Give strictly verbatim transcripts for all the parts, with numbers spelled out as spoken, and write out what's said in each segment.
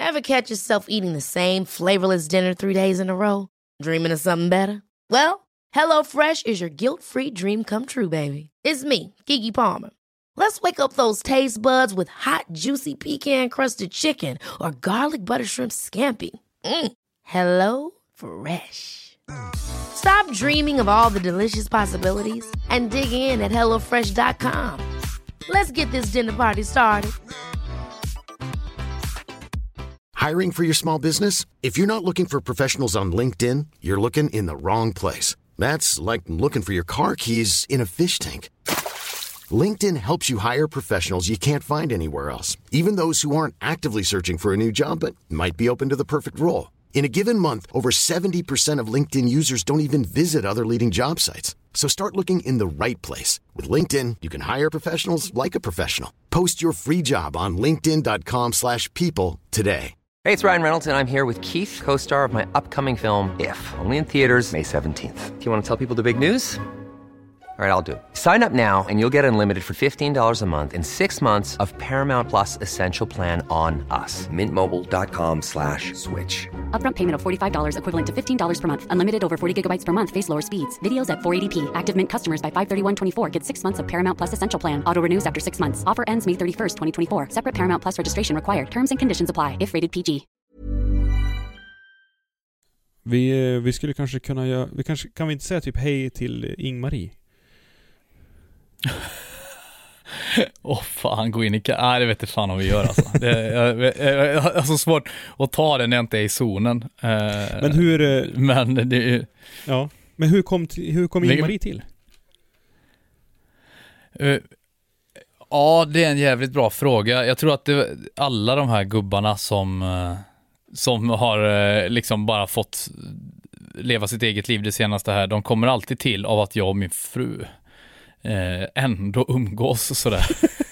Ever catch yourself eating the same flavorless dinner three days in a row? Dreaming of something better? Well, HelloFresh is your guilt-free dream come true, baby. It's me, Keke Palmer. Let's wake up those taste buds with hot, juicy pecan-crusted chicken or garlic butter shrimp scampi. Mm. Hello Fresh. Stop dreaming of all the delicious possibilities and dig in at hello fresh dot com. Let's get this dinner party started. Hiring for your small business? If you're not looking for professionals on LinkedIn, you're looking in the wrong place. That's like looking for your car keys in a fish tank. LinkedIn helps you hire professionals you can't find anywhere else, even those who aren't actively searching for a new job but might be open to the perfect role. In a given month, over seventy percent of LinkedIn users don't even visit other leading job sites. So start looking in the right place. With LinkedIn, you can hire professionals like a professional. Post your free job on linkedin dot com slash people today. Hey, it's Ryan Reynolds, and I'm here with Keith, co-star of my upcoming film, If, only in theaters May seventeenth. Do you want to tell people the big news? All right, I'll do it. Sign up now and you'll get unlimited for fifteen dollars a month and six months of Paramount Plus Essential Plan on us. Mint Mobile dot com slash switch. Upfront payment of forty-five dollars equivalent to fifteen dollars per month. Unlimited over forty gigabytes per month. Face lower speeds. Videos at four eighty p. Active Mint customers by five thirty-one twenty-four get six months of Paramount Plus Essential Plan. Auto renews after six months. Offer ends May thirty-first, twenty twenty-four. Separate Paramount Plus registration required. Terms and conditions apply if rated P G. Vi, vi skulle kanske kunna göra, vi kanske, kan vi inte säga typ hej till Ingmarie? Åh oh, fan, gå in i... Nej, det vet inte fan om vi gör alltså. Det, jag, jag, jag har så svårt att ta det när jag inte är i zonen. Men hur... Men det... Ja, men hur kom, hur kom Ingmarie till? Uh, ja, det är en jävligt bra fråga. Jag tror att det, alla de här gubbarna som... Uh, som har uh, liksom bara fått leva sitt eget liv det senaste här, de kommer alltid till av att jag och min fru Eh, ändå umgås sådär.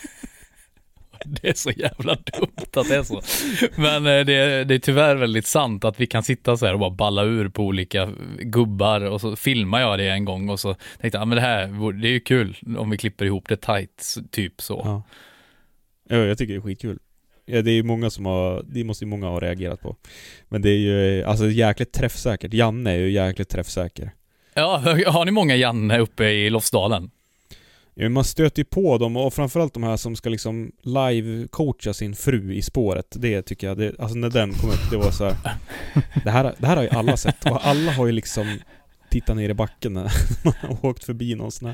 Det är så jävla dumt att det är så. Men eh, det, är, det är tyvärr väldigt sant att vi kan sitta så här och bara balla ur på olika gubbar, och så filmar jag det en gång och så tänkte jag, ah, men det här, det är ju kul om vi klipper ihop det tight, typ så. Ja, ja, jag tycker det är skitkul. Ja, det är ju många som har, det måste ju många ha reagerat på. Men det är ju, alltså jäkligt träffsäkert. Janne är ju jäkligt träffsäker. Ja, har ni många Janne uppe i Lofsdalen? Ja, man stöter ju på dem, och framförallt de här som ska liksom live-coacha sin fru i spåret. Det tycker jag, det, alltså när den kom upp, det var så här, det här, det här har ju alla sett, och alla har ju liksom tittat ner i backen när man har åkt förbi någon sån här.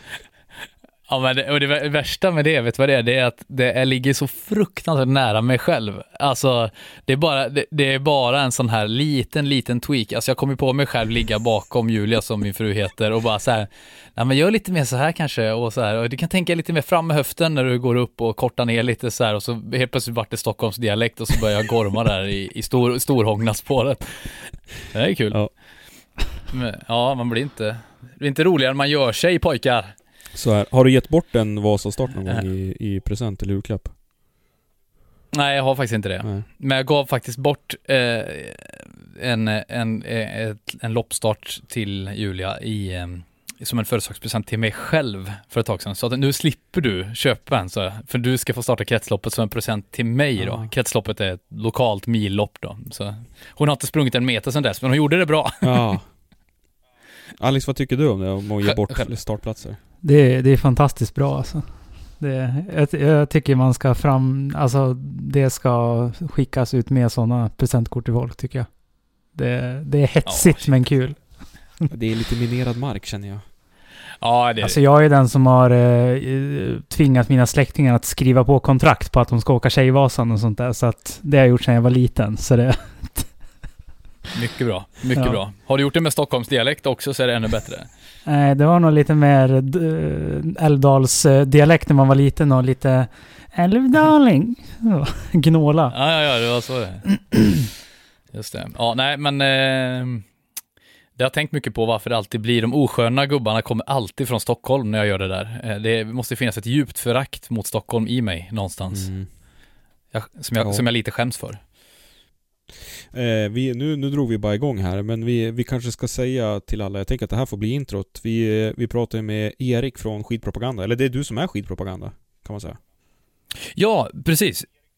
Ja, men det, och det värsta med det, vet du vad det är? Det är att det är, ligger så fruktansvärt nära mig själv. Alltså, det är bara, det, det är bara en sån här liten, liten tweak. Alltså jag kommer på mig själv ligga bakom Julia, som min fru heter, och bara så här, nej men gör lite mer så här kanske, och så här, och du kan tänka lite mer fram med höften när du går upp och kortar ner lite så här, och så helt plötsligt vart det Stockholms dialekt, och så börjar jag gorma där i, i stor, storhångnaspåret. Det är kul. Ja. Men, ja, man blir inte, det blir inte roligare än man gör sig, pojkar. Så här, har du gett bort en Vasastart någon gång i, i present eller julklapp? Nej, jag har faktiskt inte det. Nej. Men jag gav faktiskt bort eh, en, en, en, en loppstart till Julia i, eh, som en födelsedagspresent till mig själv för ett tag sedan. Så att nu slipper du köpa en, så, för du ska få starta kretsloppet som en present till mig då. Ja. Kretsloppet är ett lokalt millopp då. Så hon har inte sprungit en meter sedan dess, men hon gjorde det bra. Ja. Alex, vad tycker du om det? Om att ge bort själv. startplatser? Det, det är fantastiskt bra alltså. Det, jag, jag tycker man ska fram, alltså det ska skickas ut med sådana presentkort till folk, tycker jag. Det, det är hetsigt oh, men kul. Det är lite minerad mark, känner jag. Ja, det är alltså jag är den som har eh, tvingat mina släktingar att skriva på kontrakt på att de ska åka Tjejvasan och sånt där, så att det har jag gjort sedan jag var liten, så det mycket bra, mycket ja. bra. Har du gjort det med Stockholms dialekt också, så är det ännu bättre. Nej, det var nog lite mer äh, Älvdals äh, dialekt när man var liten, och lite Älvdaling. Gnåla. Ja, ja, ja, det var så. Just det. Ja, nej, men eh, det har jag tänkt mycket på, varför det alltid blir de osköna gubbarna kommer alltid från Stockholm när jag gör det där. Eh, det måste finnas ett djupt förakt mot Stockholm i mig någonstans. Mm. Jag, som, jag, ja. som jag lite skäms för. Eh, vi, nu, nu drog vi bara igång här, men vi, vi kanske ska säga till alla, jag tänker att det här får bli introt. Vi, vi pratar med Erik från Skidpropaganda, eller det är du som är Skidpropaganda, kan man säga. Ja, precis.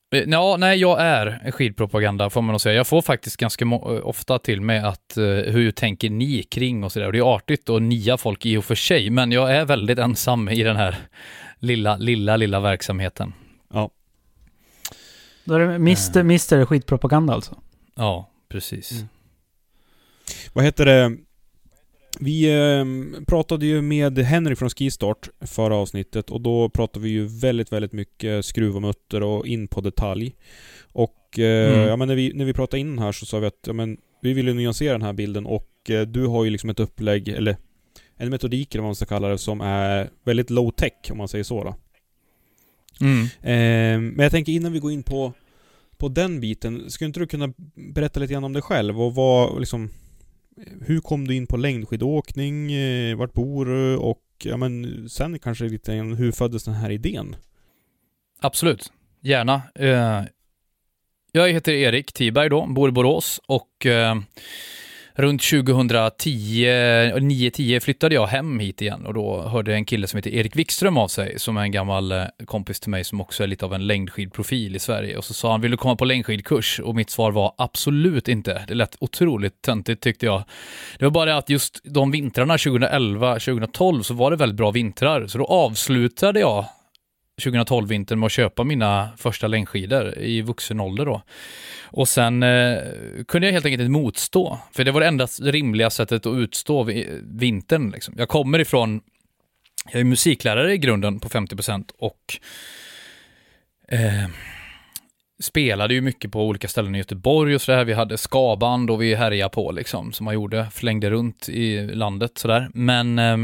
Ja, nej, jag är skidpropaganda får man nog säga. Jag får faktiskt ganska mo- ofta till mig att uh, hur tänker ni kring och sådär. Och det är artigt och nya folk i och för sig, men jag är väldigt ensam i den här lilla, lilla, lilla verksamheten. Ja. Då är det mister, mister skidpropaganda alltså? Ja, precis. Mm. Vad heter det? Vi eh, pratade ju med Henrik från Skistart förra avsnittet och då pratade vi ju väldigt, väldigt mycket skruv och mutter och in på detalj. Och eh, mm. ja, men när, vi, när vi pratade in här så sa vi att ja, men, vi ville nyansera den här bilden och eh, du har ju liksom ett upplägg, eller en metodik eller vad man ska kalla det, som är väldigt low tech om man säger så då. Mm. Eh, men jag tänker innan vi går in på, på den biten, skulle inte du kunna berätta lite grann om dig själv och vad liksom... Hur kom du in på längdskidåkning? Vart bor du? Och ja, men sen kanske lite hur föddes den här idén? Absolut, gärna. Eh, jag heter Erik Tiberg då, bor i Borås och eh, runt tjugohundratio, nio tio flyttade jag hem hit igen och då hörde en kille som heter Erik Wikström av sig som är en gammal eh, kompis till mig som också är lite av en längdskidprofil i Sverige och så sa han, vill du komma på längdskidkurs? Och mitt svar var absolut inte. Det lät otroligt töntigt tyckte jag. Det var bara att just de vintrarna tjugoelva tjugotolv så var det väldigt bra vintrar så då avslutade jag tjugotolv-vintern med att köpa mina första längdskidor i vuxen ålder då. Och sen eh, kunde jag helt enkelt inte motstå. För det var det enda rimliga sättet att utstå vintern. Liksom. Jag kommer ifrån, jag är musiklärare i grunden på femtio procent och eh, spelade ju mycket på olika ställen i Göteborg och sådär. Vi hade skaband och vi härjade på liksom, som man gjorde, flängde runt i landet sådär. Men eh,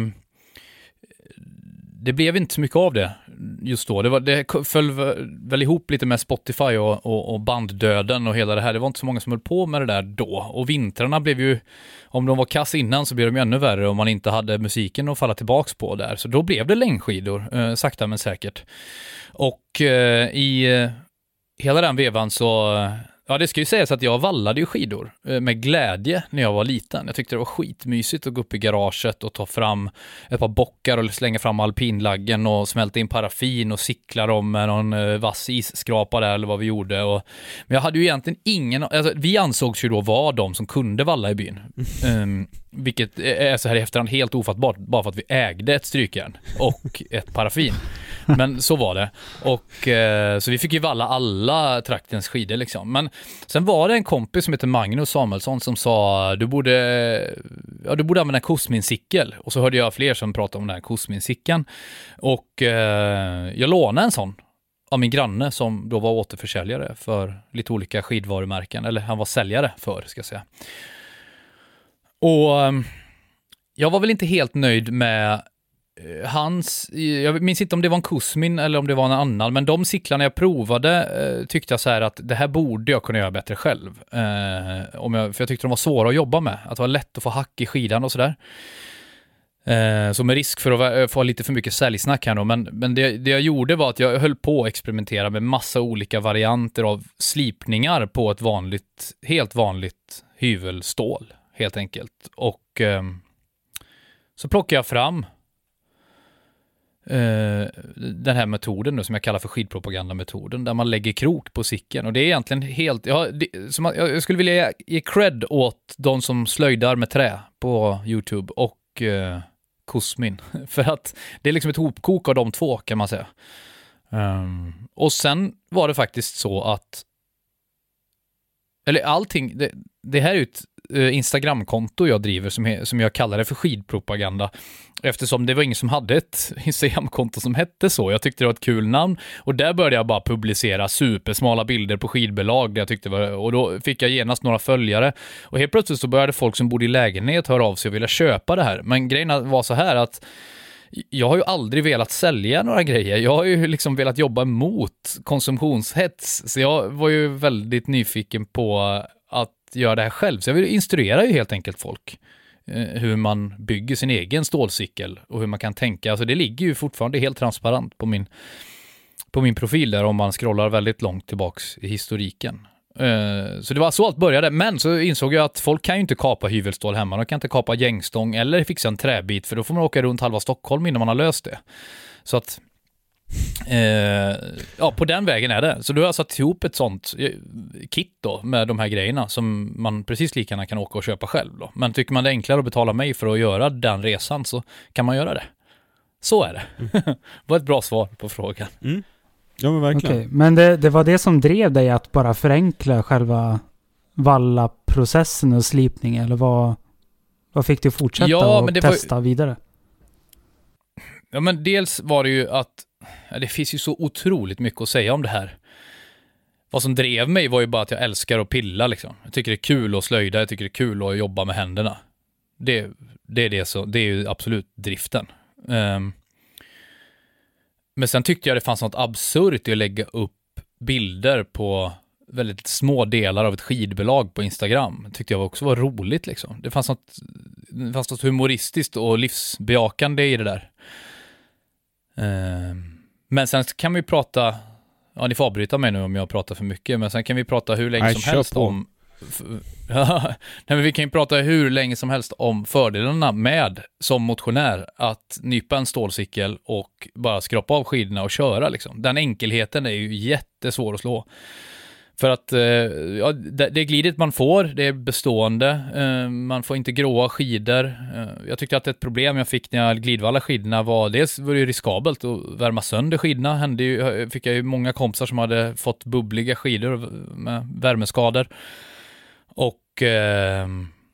det blev inte så mycket av det just då. Det, var, det föll väl ihop lite med Spotify och, och, och banddöden och hela det här. Det var inte så många som höll på med det där då. Och vintrarna blev ju, om de var kass innan så blev de ju ännu värre om man inte hade musiken att falla tillbaks på där. Så då blev det längdskidor, eh, sakta men säkert. Och eh, i eh, hela den vevan så... Ja, det ska ju sägas att jag vallade ju skidor med glädje när jag var liten. Jag tyckte det var skitmysigt att gå upp i garaget och ta fram ett par bockar och slänga fram alpinlaggen och smälta in paraffin och cykla dem med någon vass isskrapa där eller vad vi gjorde. Och, men jag hade ju egentligen ingen... Alltså, vi ansågs ju då vara de som kunde valla i byn. Um, vilket är så här i efterhand helt ofattbart bara för att vi ägde ett strykjärn och ett paraffin. Men så var det. Och eh, så vi fick ju valla alla traktens skidor liksom. Men sen var det en kompis som heter Magnus Samuelsson som sa du borde ja, du borde använda en Kosmincykel. Och så hörde jag fler som pratade om den här Kosmincykeln. Och eh, jag lånade en sån av min granne som då var återförsäljare för lite olika skidvarumärken. Eller han var säljare för, ska jag säga. Och eh, jag var väl inte helt nöjd med hans, jag minns inte om det var en Kosmin eller om det var en annan, men de cyklarna jag provade eh, tyckte jag så här att det här borde jag kunna göra bättre själv. Eh, om jag, för jag tyckte de var svåra att jobba med. Att det var lätt att få hack i skidan och sådär. Eh, så med risk för att få lite för mycket säljsnack här då, men, men det, det jag gjorde var att jag höll på att experimentera med massa olika varianter av slipningar på ett vanligt, helt vanligt hyvelstål, helt enkelt. Och eh, så plockade jag fram Uh, den här metoden då, som jag kallar för skidpropagandametoden, där man lägger krok på cykeln. Och det är egentligen helt... Ja, det, som jag, jag skulle vilja ge cred åt de som slöjdar med trä på YouTube och uh, Kosmin. För att det är liksom ett hopkok av de två, kan man säga. Um, och sen var det faktiskt så att... Eller allting... Det, det här är ju ett Instagramkonto jag driver som, he, som jag kallar det för skidpropaganda, eftersom det var ingen som hade ett Instagramkonto som hette så. Jag tyckte det var ett kul namn och där började jag bara publicera supersmala bilder på skidbelag där jag tyckte var, och då fick jag genast några följare och helt plötsligt så började folk som bodde i lägenhet höra av sig och ville köpa det här. Men grejen var så här att jag har ju aldrig velat sälja några grejer. Jag har ju liksom velat jobba mot konsumtionshets, så jag var ju väldigt nyfiken på att göra det här själv. Så jag vill instruera ju helt enkelt folk eh, hur man bygger sin egen stålcykel och hur man kan tänka. Alltså det ligger ju fortfarande helt transparent på min, på min profil där om man scrollar väldigt långt tillbaks i historiken. Eh, så det var så allt började. Men så insåg jag att folk kan ju inte kapa hyvelstål hemma. De kan inte kapa gängstång eller fixa en träbit, för då får man åka runt halva Stockholm innan man har löst det. Så att Eh, ja, på den vägen är det. Så du har satt ihop ett sånt kit då med de här grejerna som man precis lika gärna kan åka och köpa själv då. Men tycker man det är enklare att betala mig för att göra den resan så kan man göra det. Så är det. Mm. var ett bra svar på frågan. Mm. Ja, men verkligen. Okay. Men det, det var det som drev dig att bara förenkla själva vallaprocessen och slipning, eller vad, vad fick du fortsätta ja, och testa var... vidare? Ja, men dels var det ju att ja, det finns ju så otroligt mycket att säga om det här. Vad som drev mig var ju bara att jag älskar att pilla liksom. Jag tycker det är kul att slöjda, jag tycker det är kul att jobba med händerna. Det, det, är, det, så, det är ju absolut driften. Um, men sen tyckte jag det fanns något absurt i att lägga upp bilder på väldigt små delar av ett skidbelag på Instagram. Tyckte jag också var roligt liksom. Det fanns något, det fanns något humoristiskt och livsbejakande i det där. Um, men sen kan vi prata, ja ni får avbryta mig nu om jag pratar för mycket, men sen kan vi prata hur länge Nej, som helst på. om ja, nej, men vi kan ju prata hur länge som helst om fördelarna med som motionär att nypa en stålcykel och bara skrapa av skidorna och köra liksom. Den enkelheten är ju jättesvår att slå. För att eh, ja, det, det glidet man får, det är bestående. Eh, man får inte gråa skidor. Eh, jag tyckte att ett problem jag fick när jag glidvallade skidorna var dels var det ju riskabelt att värma sönder skidorna. Hände ju, fick jag ju många kompisar som hade fått bubbliga skidor med värmeskador. Och, eh,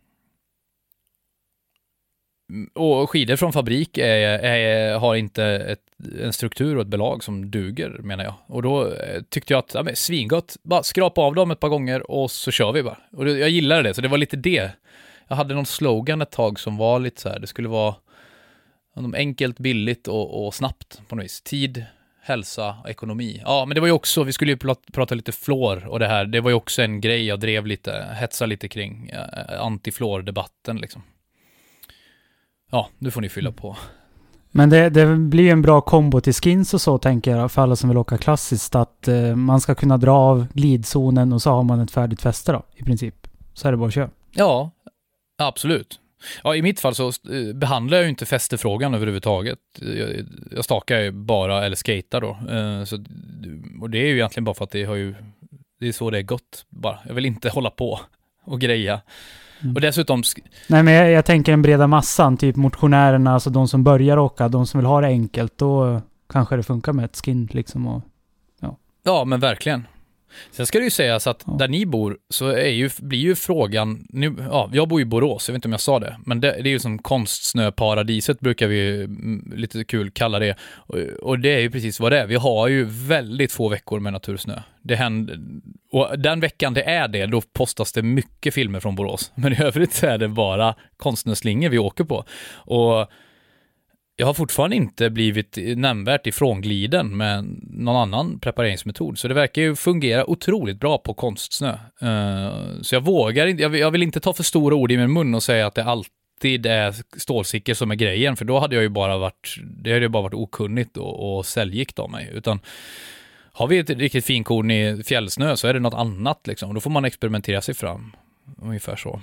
och skidor från fabrik är, är, har inte ett, en struktur och ett belag som duger, menar jag. Och då tyckte jag att ja, men, svingott, bara skrapa av dem ett par gånger och så kör vi bara. Och det, jag gillade det, så det var lite det. Jag hade någon slogan ett tag som var lite så här, det skulle vara enkelt, billigt och, och snabbt på något vis. Tid, hälsa, ekonomi. Ja, men det var ju också, vi skulle ju prata, prata lite flår och det här, det var ju också en grej jag drev lite, hetsa lite kring eh, anti-flår-debatten liksom. Ja, nu får ni fylla på. Men det, det blir en bra kombo till skins och så, tänker jag, för alla som vill åka klassiskt, att eh, man ska kunna dra av glidzonen och så har man ett färdigt fäste då, i princip. Så är det bara att köra. Ja, absolut. Ja, i mitt fall så behandlar jag ju inte fästefrågan överhuvudtaget. Jag, jag stakar ju bara, eller skater då. Så, och det är ju egentligen bara för att det har ju, det är så det är gott bara. Jag vill inte hålla på och greja. Mm. Och dessutom... Nej, men jag, jag tänker den breda massan, typ motionärerna, alltså de som börjar åka, de som vill ha det enkelt, då kanske det funkar med ett skin liksom. Och, ja. ja, men verkligen. Sen ska det ju sägas att ja. där ni bor så är ju, blir ju frågan nu, ja, jag bor i Borås, jag vet inte om jag sa det, men det, det är ju som konstsnöparadiset brukar vi lite kul kalla det, och, och det är ju precis vad det är. Vi har ju väldigt få veckor med natursnö. Det händer, och den veckan det är det, då postas det mycket filmer från Borås, men i övrigt är det bara konstsnöslingor vi åker på. Och jag har fortfarande inte blivit nämnvärt ifrån gliden med någon annan prepareringsmetod. Så det verkar ju fungera otroligt bra på konstsnö. Uh, så jag vågar inte, jag vill, jag vill inte ta för stora ord i min mun och säga att det alltid är stålsikker som är grejen. För då hade jag ju bara varit, det hade ju bara varit okunnigt och, och säljgikt av mig. Utan har vi ett riktigt finkorn i fjällsnö så är det något annat liksom. Då får man experimentera sig fram. Ungefär så.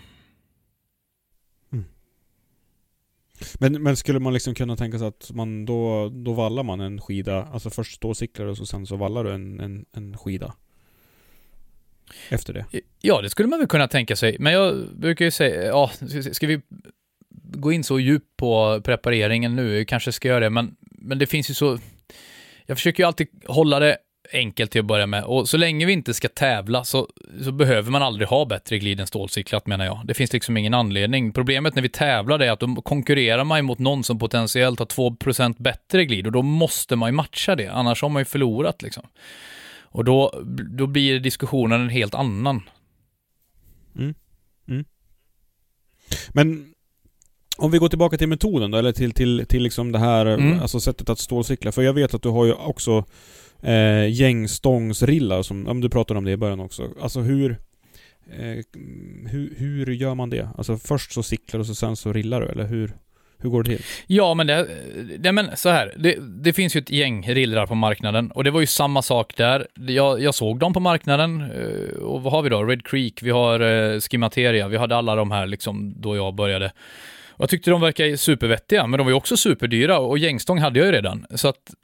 Men, men skulle man liksom kunna tänka sig att man då, då vallar man en skida, alltså först stålcyklar och så sen så vallar du en, en, en skida efter det? Ja, det skulle man väl kunna tänka sig. Men jag brukar ju säga, ja, ska vi gå in så djupt på prepareringen nu? Jag kanske ska göra det, men, men det finns ju så... Jag försöker ju alltid hålla det enkelt till att börja med. Och så länge vi inte ska tävla så, så behöver man aldrig ha bättre glid än stålcyklat, menar jag. Det finns liksom ingen anledning. Problemet när vi tävlar är att då konkurrerar man mot någon som potentiellt har två procent bättre glid och då måste man ju matcha det. Annars har man ju förlorat liksom. Och då, då blir diskussionen en helt annan. Mm. Mm. Men om vi går tillbaka till metoden då, eller till, till, till liksom det här mm. alltså sättet att stålcykla. För jag vet att du har ju också Eh, gängstångsrillar som om du pratade om det i början också. Alltså hur, eh, hur hur gör man det? Alltså först så cyklar och så sen så rillar du, eller hur hur går det till? Ja, men det, det men så här, det, det finns ju ett gäng rillrar på marknaden och det var ju samma sak där. Jag, jag såg dem på marknaden och vad har vi då? Red Creek, vi har eh, Skimateria, vi hade alla de här liksom då jag började. Och jag tyckte de verkar supervettiga, men de var ju också superdyra och gängstång hade jag ju redan. Så att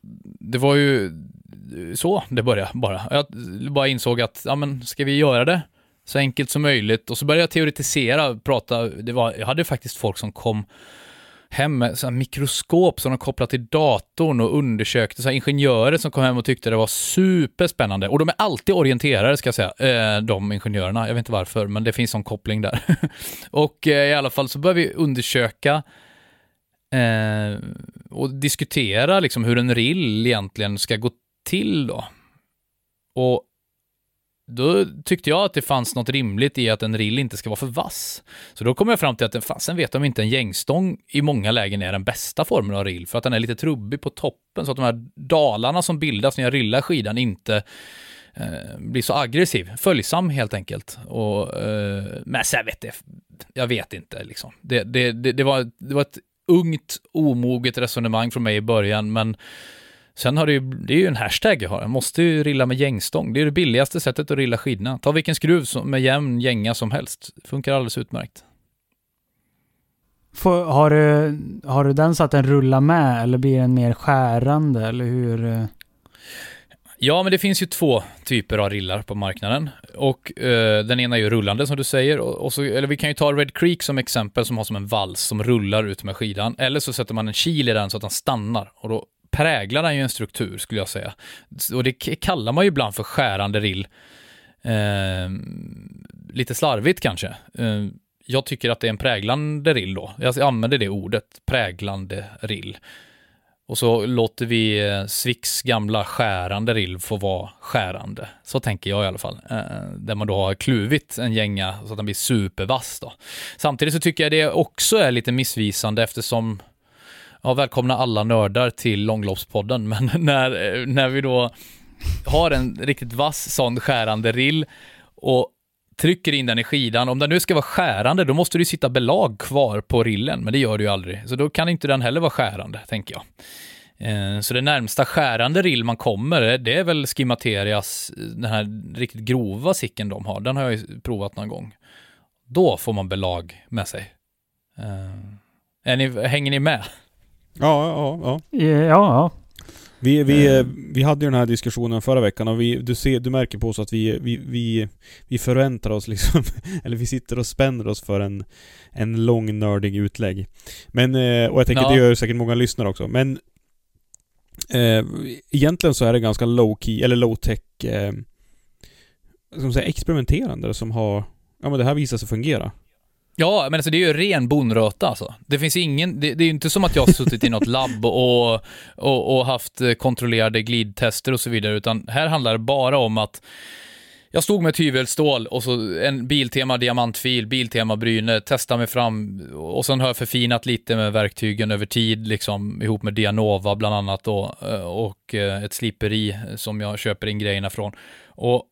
det var ju så det började bara. Jag bara insåg att, ja men ska vi göra det så enkelt som möjligt? Och så började jag teoretisera, prata, det var, jag hade faktiskt folk som kom hem med så här mikroskop som de kopplade till datorn och undersökte, så här ingenjörer som kom hem och tyckte det var superspännande. Och de är alltid orienterade, ska jag säga, de ingenjörerna. Jag vet inte varför, men det finns en koppling där. Och i alla fall så började vi undersöka eh, och diskutera liksom hur en R I L egentligen ska gå till då. Och då tyckte jag att det fanns något rimligt i att en R I L inte ska vara för vass. Så då kom jag fram till att fan, sen vet de inte en gängstång i många lägen är den bästa formen av R I L, för att den är lite trubbig på toppen, så att de här dalarna som bildas när jag rillar skidan inte eh, blir så aggressiv, följsam helt enkelt. Och, eh, men så jag vet det, jag vet inte liksom. Det, det, det, det, var, det var ett ungt, omoget resonemang från mig i början, men sen har det ju, det är ju en hashtag jag har. Jag måste ju rilla med gängstång. Det är det billigaste sättet att rilla skidorna. Ta vilken skruv som, med jämn gänga som helst. Funkar alldeles utmärkt. Får, har, du, har du den så att den rullar med, eller blir den mer skärande, eller hur? Ja, men det finns ju två typer av rillar på marknaden. Och eh, den ena är ju rullande som du säger. Och, och så, eller vi kan ju ta Red Creek som exempel, som har som en vals som rullar ut med skidan. Eller så sätter man en kil i den så att den stannar. Och då präglar den ju en struktur, skulle jag säga. Och det kallar man ju ibland för skärande rill. Eh, lite slarvigt kanske. Eh, jag tycker att det är en präglande rill då. Jag använder det ordet, präglande rill. Och så låter vi eh, Swix gamla skärande rill få vara skärande. Så tänker jag i alla fall. Eh, där man då har kluvit en gänga så att den blir supervass då. Samtidigt så tycker jag det också är lite missvisande, eftersom ja, välkomna alla nördar till Långloppspodden, men när, när vi då har en riktigt vass sån skärande rill och trycker in den i skidan, om den nu ska vara skärande, då måste det ju sitta belag kvar på rillen, men det gör det ju aldrig. Så då kan inte den heller vara skärande, tänker jag. Eh, så det närmsta skärande rill man kommer, det är väl Skimaterias, den här riktigt grova sicken de har. Den har jag ju provat någon gång. Då får man belag med sig. Eh, är ni, hänger ni med? Ja, ja, ja. Ja, ja. Vi, vi, vi hade ju den här diskussionen förra veckan, och vi, du, ser, du märker på oss att vi, vi, vi, vi förväntar oss liksom, eller vi sitter och spänner oss för en, en lång nördig utlägg. Men, och jag tänker ja. Det gör säkert många lyssnare också. Men eh, egentligen så är det ganska low key, eller low tech eh, ska man säga, experimenterande som har, ja men det här visar sig fungera. Ja, men alltså det är ju ren bonröta alltså. Det finns ingen, det, det är ju inte som att jag har suttit i något labb och, och, och haft kontrollerade glidtester och så vidare, utan här handlar det bara om att jag stod med tyvelstål och så en Biltema diamantfil, Biltema bryne, testade mig fram, och sen har jag förfinat lite med verktygen över tid liksom, ihop med Dianova bland annat då, och ett sliperi som jag köper in grejerna från. Och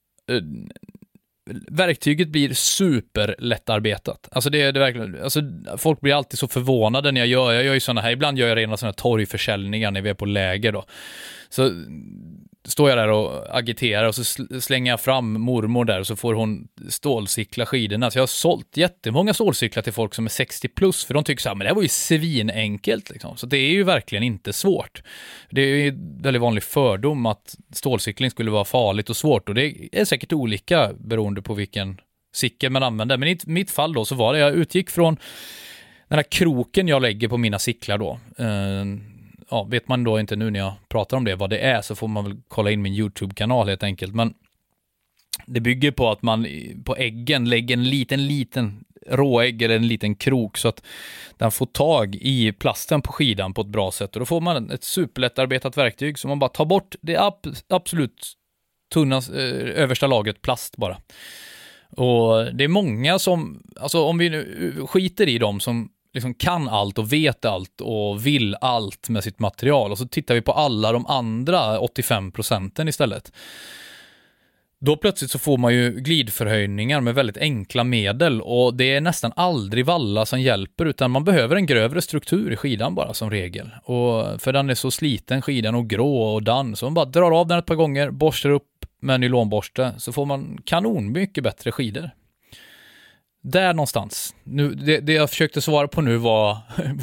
verktyget blir superlättarbetat. Alltså det är det verkligen, alltså folk blir alltid så förvånade när jag gör, jag gör ju såna här, ibland gör jag rena såna här torgförsäljningar när vi är på läger då. Så står jag där och agiterar och så slänger jag fram mormor där och så får hon stålcykla skidorna. Så jag har sålt jättemånga stålcyklar till folk som är sextio plus, för de tycker så här, men det här var ju svinenkelt liksom. Så det är ju verkligen inte svårt. Det är ju en väldigt vanlig fördom att stålcykling skulle vara farligt och svårt, och det är säkert olika beroende på vilken cykel man använder. Men i mitt fall då så var det, jag utgick från den här kroken jag lägger på mina cyklar då. Ja, vet man då inte nu när jag pratar om det vad det är, så får man väl kolla in min YouTube-kanal helt enkelt. Men det bygger på att man på äggen lägger en liten, liten råägg eller en liten krok så att den får tag i plasten på skidan på ett bra sätt. Och då får man ett superlättarbetat verktyg som man bara tar bort det ab- absolut tunna eh, översta lagret plast bara. Och det är många som, alltså om vi nu skiter i dem som liksom kan allt och vet allt och vill allt med sitt material, och så tittar vi på alla de andra åttiofem procenten istället. Då plötsligt så får man ju glidförhöjningar med väldigt enkla medel, och det är nästan aldrig valla som hjälper, utan man behöver en grövre struktur i skidan bara som regel. Och för den är så sliten skidan och grå och dann, så man bara drar av den ett par gånger, borstar upp med nylonborste, så får man kanon mycket bättre skidor. Där någonstans. Nu, det, det jag försökte svara på nu var vad,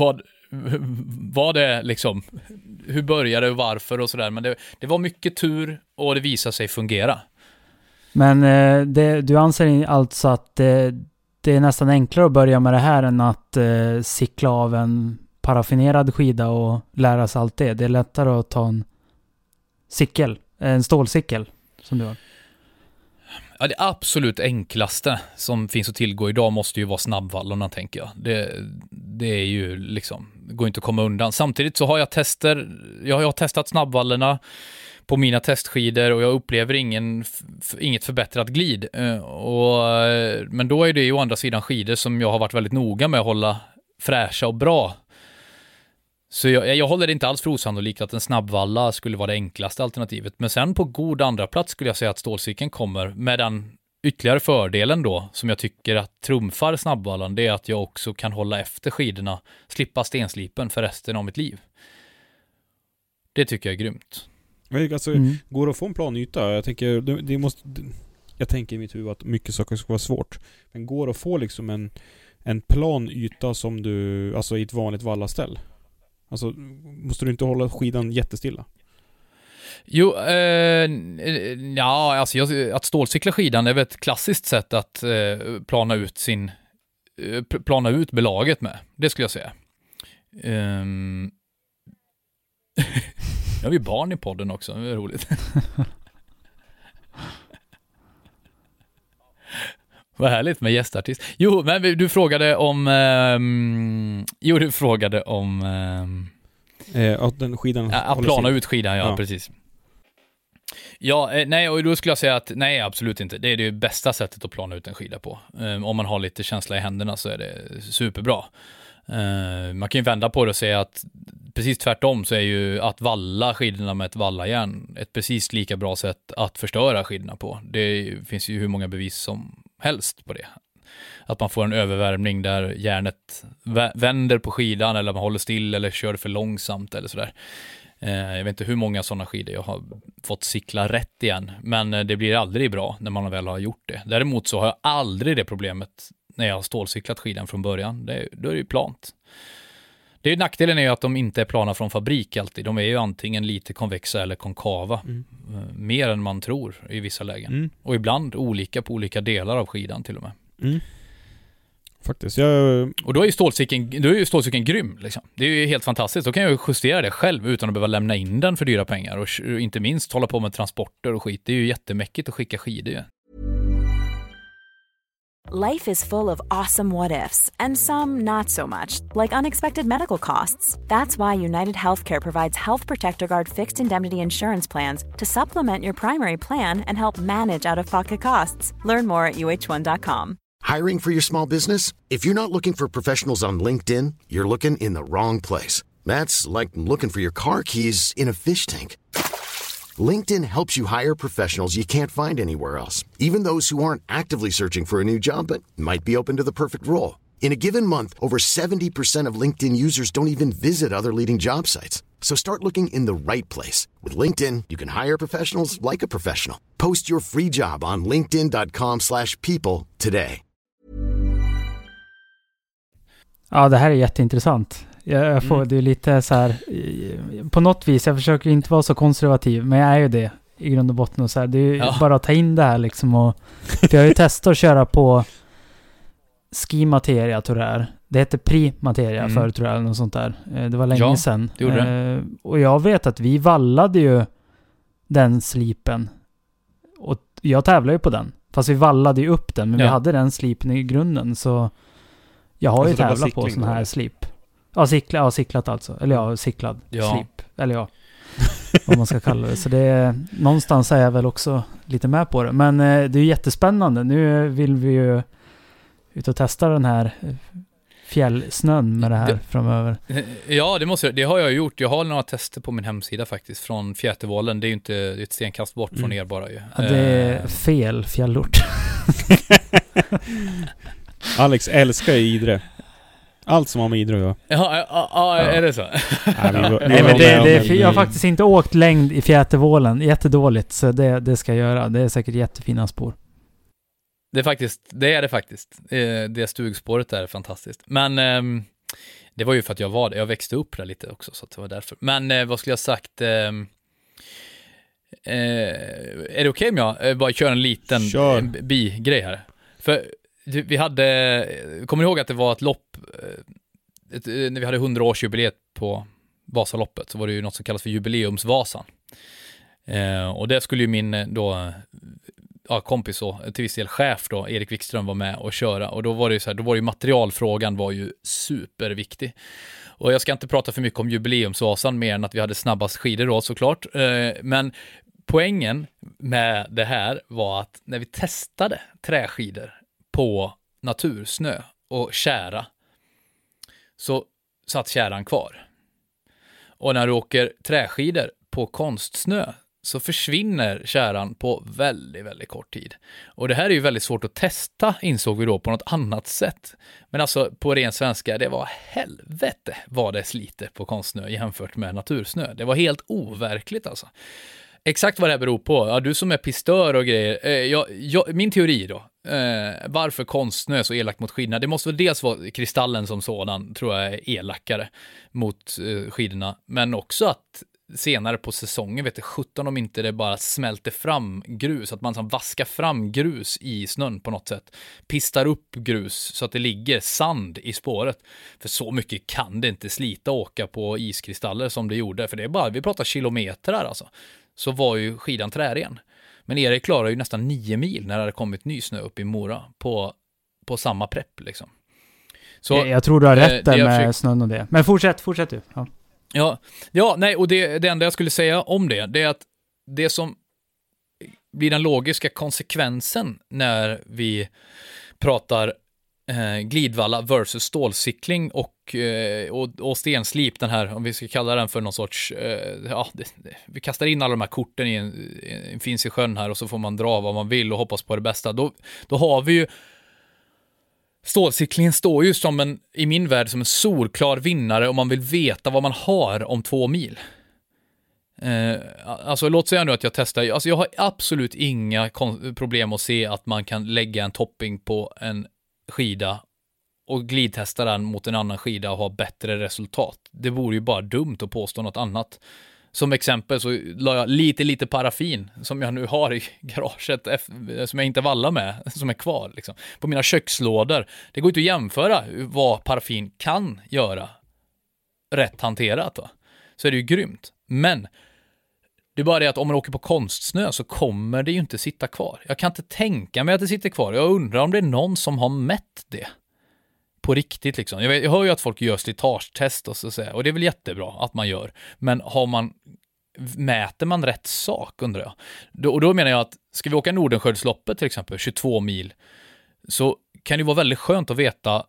var det liksom, hur började det och varför och sådär. Men det, det var mycket tur och det visade sig fungera. Men eh, det, du anser alltså att det, det är nästan enklare att börja med det här än att eh, cykla av en paraffinerad skida och lära sig allt det. Det är lättare att ta en cykel, en stålcykel som du har. Ja, det absolut enklaste som finns att tillgå idag måste ju vara snabbvallorna, tänker jag. Det, det är ju liksom, det går inte att komma undan. Samtidigt så har jag tester, jag har testat snabbvallarna på mina testskidor och jag upplever ingen, inget förbättrat glid. Och, men då är det ju å andra sidan skidor som jag har varit väldigt noga med att hålla fräscha och bra. Så jag, jag håller det inte alls för osannolikt att en snabbvalla skulle vara det enklaste alternativet. Men sen på god andra plats skulle jag säga att stålcykeln kommer med den ytterligare fördelen då, som jag tycker att trumfar snabbvallan, det är att jag också kan hålla efter skidorna, slippa stenslipen för resten av mitt liv. Det tycker jag är grymt. Alltså, mm. Går det att få en plan yta? Jag tänker, det, det måste, jag tänker i mitt huvud att mycket saker ska vara svårt. Men går det att få liksom en, en plan yta som du, alltså i ett vanligt vallaställ? Alltså, måste du inte hålla skidan jättestilla? Jo, eh, ja, alltså jag, att stålcykla skidan är väl ett klassiskt sätt att eh, plana ut sin eh, plana ut belaget med. Det skulle jag säga. Um, nu har vi barn i podden också, det är roligt. Vad härligt med gästartist. Jo, men du frågade om um, jo, du frågade om um, eh, att den skidan ja, att plana ut skidan, ja, ja. Precis. Ja, eh, nej, och då skulle jag säga att nej, absolut inte. Det är det bästa sättet att plana ut en skida på. Um, om man har lite känsla i händerna så är det superbra. Uh, man kan ju vända på det och säga att precis tvärtom så är ju att valla skidorna med ett vallajärn ett precis lika bra sätt att förstöra skidorna på. Det finns ju hur många bevis som helst på det. Att man får en övervärmning där järnet vä- vänder på skidan eller man håller still eller kör för långsamt eller sådär. Uh, jag vet inte hur många sådana skidor jag har fått cykla rätt igen, men det blir aldrig bra när man väl har gjort det. Däremot så har jag aldrig det problemet när jag har stålcyklat skidan från början. Det, då är det ju plant. Det är ju, nackdelen är ju att de inte är plana från fabrik alltid. De är ju antingen lite konvexa eller konkava. Mm. Mer än man tror i vissa lägen. Mm. Och ibland olika på olika delar av skidan till och med. Mm. Faktiskt. Jag... Och då är ju stålcykeln, då är ju stålcykeln grym. Liksom. Det är ju helt fantastiskt. Då kan jag ju justera det själv utan att behöva lämna in den för dyra pengar. Och inte minst hålla på med transporter och skit. Det är ju jättemäckigt att skicka skidor ju. Life is full of awesome what-ifs, and some not so much, like unexpected medical costs. That's why United Healthcare provides Health Protector Guard fixed indemnity insurance plans to supplement your primary plan and help manage out-of-pocket costs. Learn more at U H one dot com. Hiring for your small business? If you're not looking for professionals on LinkedIn, you're looking in the wrong place. That's like looking for your car keys in a fish tank. LinkedIn helps you hire professionals you can't find anywhere else, even those who aren't actively searching for a new job but might be open to the perfect role. In a given month, over seventy percent of LinkedIn users don't even visit other leading job sites. So start looking in the right place. With LinkedIn, you can hire professionals like a professional. Post your free job on linkedin dot com slash people today. Ja, det här är jätteintressant. Jag, jag får mm. det är lite så här på något vis, jag försöker inte vara så konservativ, men jag är ju det i grund och botten och så här, det är ju ja. bara att ta in det här liksom och för jag har ju testat att köra på ski-materia tror jag det är. Det heter pri-materia mm. förut tror jag, eller något sånt där. Det var länge ja, sedan. Det gjorde det. Och jag vet att vi vallade ju den slipen och jag tävlade ju på den. Fast vi vallade ju upp den, men ja. vi hade den slipen i grunden, så jag har alltså ju tävlat på sån här slip. Ja, cykla, ja, cyklat alltså. Eller ja, cyklad ja. slip. Eller ja, vad man ska kalla det. Så det är, någonstans är jag väl också lite med på det. Men eh, det är ju jättespännande. Nu vill vi ju ut och testa den här fjällsnön med det här det, framöver. Ja, det måste det har jag gjort. Jag har några tester på min hemsida faktiskt från Fjätervålen. Det är ju inte det är ett stenkast bort mm. från er bara ju. Ja, det är fel fjällort. Alex älskar ju Idre. Allt som har med Idre, ja. Ja, ja, ja, är det så? Nej, vi, vi Nej, men det, det, jag har faktiskt inte åkt längd i Fjätervålen. Jättedåligt, så det, det ska jag göra. Det är säkert jättefina spår. Det är faktiskt, det är det faktiskt. Det stugspåret där är fantastiskt. Men, Det var ju för att jag var jag växte upp där lite också, så att det var därför. Men eh, vad skulle jag sagt? Eh, eh, är det okej okay om jag eh, bara kör en liten Kör. eh, bi-grej här? För vi hade, kommer ni ihåg att det var ett lopp, eh, ett, när vi hade hundraårsjubileet på Vasaloppet, så var det ju något som kallas för jubileumsvasan. Eh, och det skulle ju min då ja, kompis och till viss del chef då, Erik Wikström, var med och köra. Och då var det ju så här, då var det ju materialfrågan var ju superviktig. Och jag ska inte prata för mycket om jubileumsvasan mer än att vi hade snabbast skidor då såklart. Eh, men poängen med det här var att när vi testade träskidor på natursnö och kära, så satt käran kvar. Och när du åker träskidor på konstsnö så försvinner käran på väldigt, väldigt kort tid. Och det här är ju väldigt svårt att testa, insåg vi då, på något annat sätt. Men alltså på ren svenska, det var helvete vad det sliter på konstsnö jämfört med natursnö. Det var helt overkligt alltså. Exakt vad det här beror på, ja, du som är pistör och grejer, eh, jag, jag, min teori då, eh, varför konstsnö är så elakt mot skidorna, det måste väl dels vara kristallen som sådan, tror jag är elakare mot eh, skidorna, men också att senare på säsongen, vet du, sjutton om inte det bara smälter fram grus, att man som vaskar fram grus i snön på något sätt, pistar upp grus så att det ligger sand i spåret, för så mycket kan det inte slita åka på iskristaller som det gjorde, för det är bara, vi pratar kilometer här alltså, så var ju skidan trären. Men Erik klarar ju nästan nio mil när det hade kommit ny snö upp i Mora på, på samma prepp liksom. Så, jag, jag tror du har rätt där med försöker... snön och det. Men fortsätt, fortsätt du. Ja. Ja, ja, nej, och det, det enda jag skulle säga om det, det är att det som blir den logiska konsekvensen när vi pratar eh, glidvalla versus stålcykling och, eh, och, och stenslip, den här, om vi ska kalla den för någon sorts, eh, ja, det, det, vi kastar in alla de här korten i en, en finns i sjön här och så får man dra vad man vill och hoppas på det bästa. Då, då har vi ju stålcyklingen står ju som en, i min värld, som en solklar vinnare om man vill veta vad man har om två mil. Eh, alltså låt säga nu att jag testar, alltså jag har absolut inga kon- problem att se att man kan lägga en topping på en skida och glidtesta den mot en annan skida och ha bättre resultat. Det vore ju bara dumt att påstå något annat. Som exempel så la jag lite, lite paraffin som jag nu har i garaget, som jag inte vallar med, som är kvar liksom, på mina kökslådor. Det går inte att jämföra vad paraffin kan göra rätt hanterat då. Så är det ju grymt. Men det är bara det att om man åker på konstsnö så kommer det ju inte sitta kvar. Jag kan inte tänka mig att det sitter kvar. Jag undrar om det är någon som har mätt det på riktigt liksom. Jag, vet, jag hör ju att folk gör slitagetest och så säga, och det är väl jättebra att man gör. Men har man, mäter man rätt sak, undrar jag. Då, och då menar jag att ska vi åka Nordensköldsloppet till exempel, tjugotvå mil, så kan det vara väldigt skönt att veta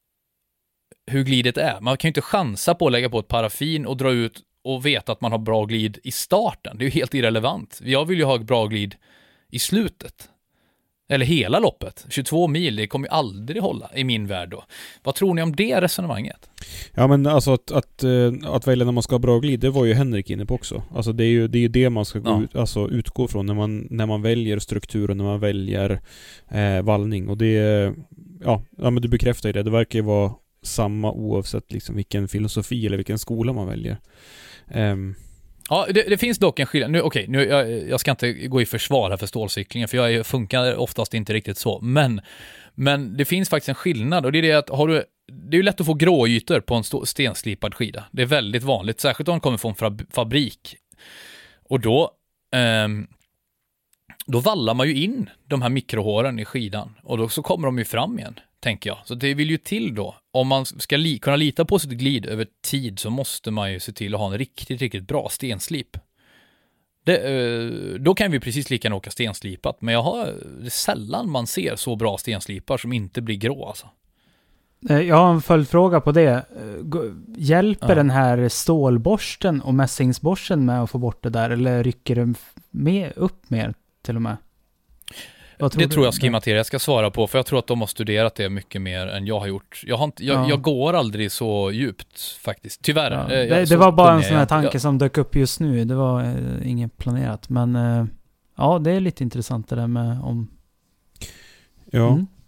hur glidet är. Man kan ju inte chansa på att lägga på ett paraffin och dra ut och veta att man har bra glid i starten. Det är ju helt irrelevant. Jag vill ju ha bra glid i slutet. Eller hela loppet. tjugotvå mil, det kommer ju aldrig hålla i min värld då. Vad tror ni om det resonemanget? Ja, men alltså att, att, att välja när man ska ha bra glid, det var ju Henrik inne på också. Alltså det är ju det, är det man ska gå ja. ut, alltså utgå från när man, när man väljer strukturen, när man väljer eh, vallning. Och det, ja, ja, men du bekräftar ju det. Det verkar ju vara samma oavsett liksom vilken filosofi eller vilken skola man väljer. Um, Ja, det, det finns dock en skillnad. Nu, okej, nu, jag, jag ska inte gå i försvar här för stålcyklingen, för jag funkar oftast inte riktigt så. Men, men det finns faktiskt en skillnad, och det är det att har du, det är ju lätt att få gråytor på en stå, stenslipad skida. Det är väldigt vanligt, särskilt om den kommer från en fabrik. Och då, ehm, då vallar man ju in de här mikrohåren i skidan, och då så kommer de ju fram igen, tänker jag. Så det vill ju till då. Om man ska li- kunna lita på sitt glid över tid, så måste man ju se till att ha en riktigt, riktigt bra stenslip. Det, eh, då kan vi precis lika gärna åka stenslipat. Men jag har, det är sällan man ser så bra stenslipar som inte blir grå alltså. Jag har en följdfråga på det. Hjälper Ja. den här stålborsten och mässingsborsten med att få bort det där? Eller rycker den med upp mer till och med? Tror det du? tror jag Skimateria ska svara på, för jag tror att de har studerat det mycket mer än jag har gjort. Jag, har inte, jag, Ja. jag går aldrig så djupt faktiskt, tyvärr. Ja. Jag, Det, så det var bara en dum är sån här jag. tanke Jag, som dök upp just nu. Det var eh, inget planerat. Men eh, ja, det är lite intressant det där med om... ja. Mm.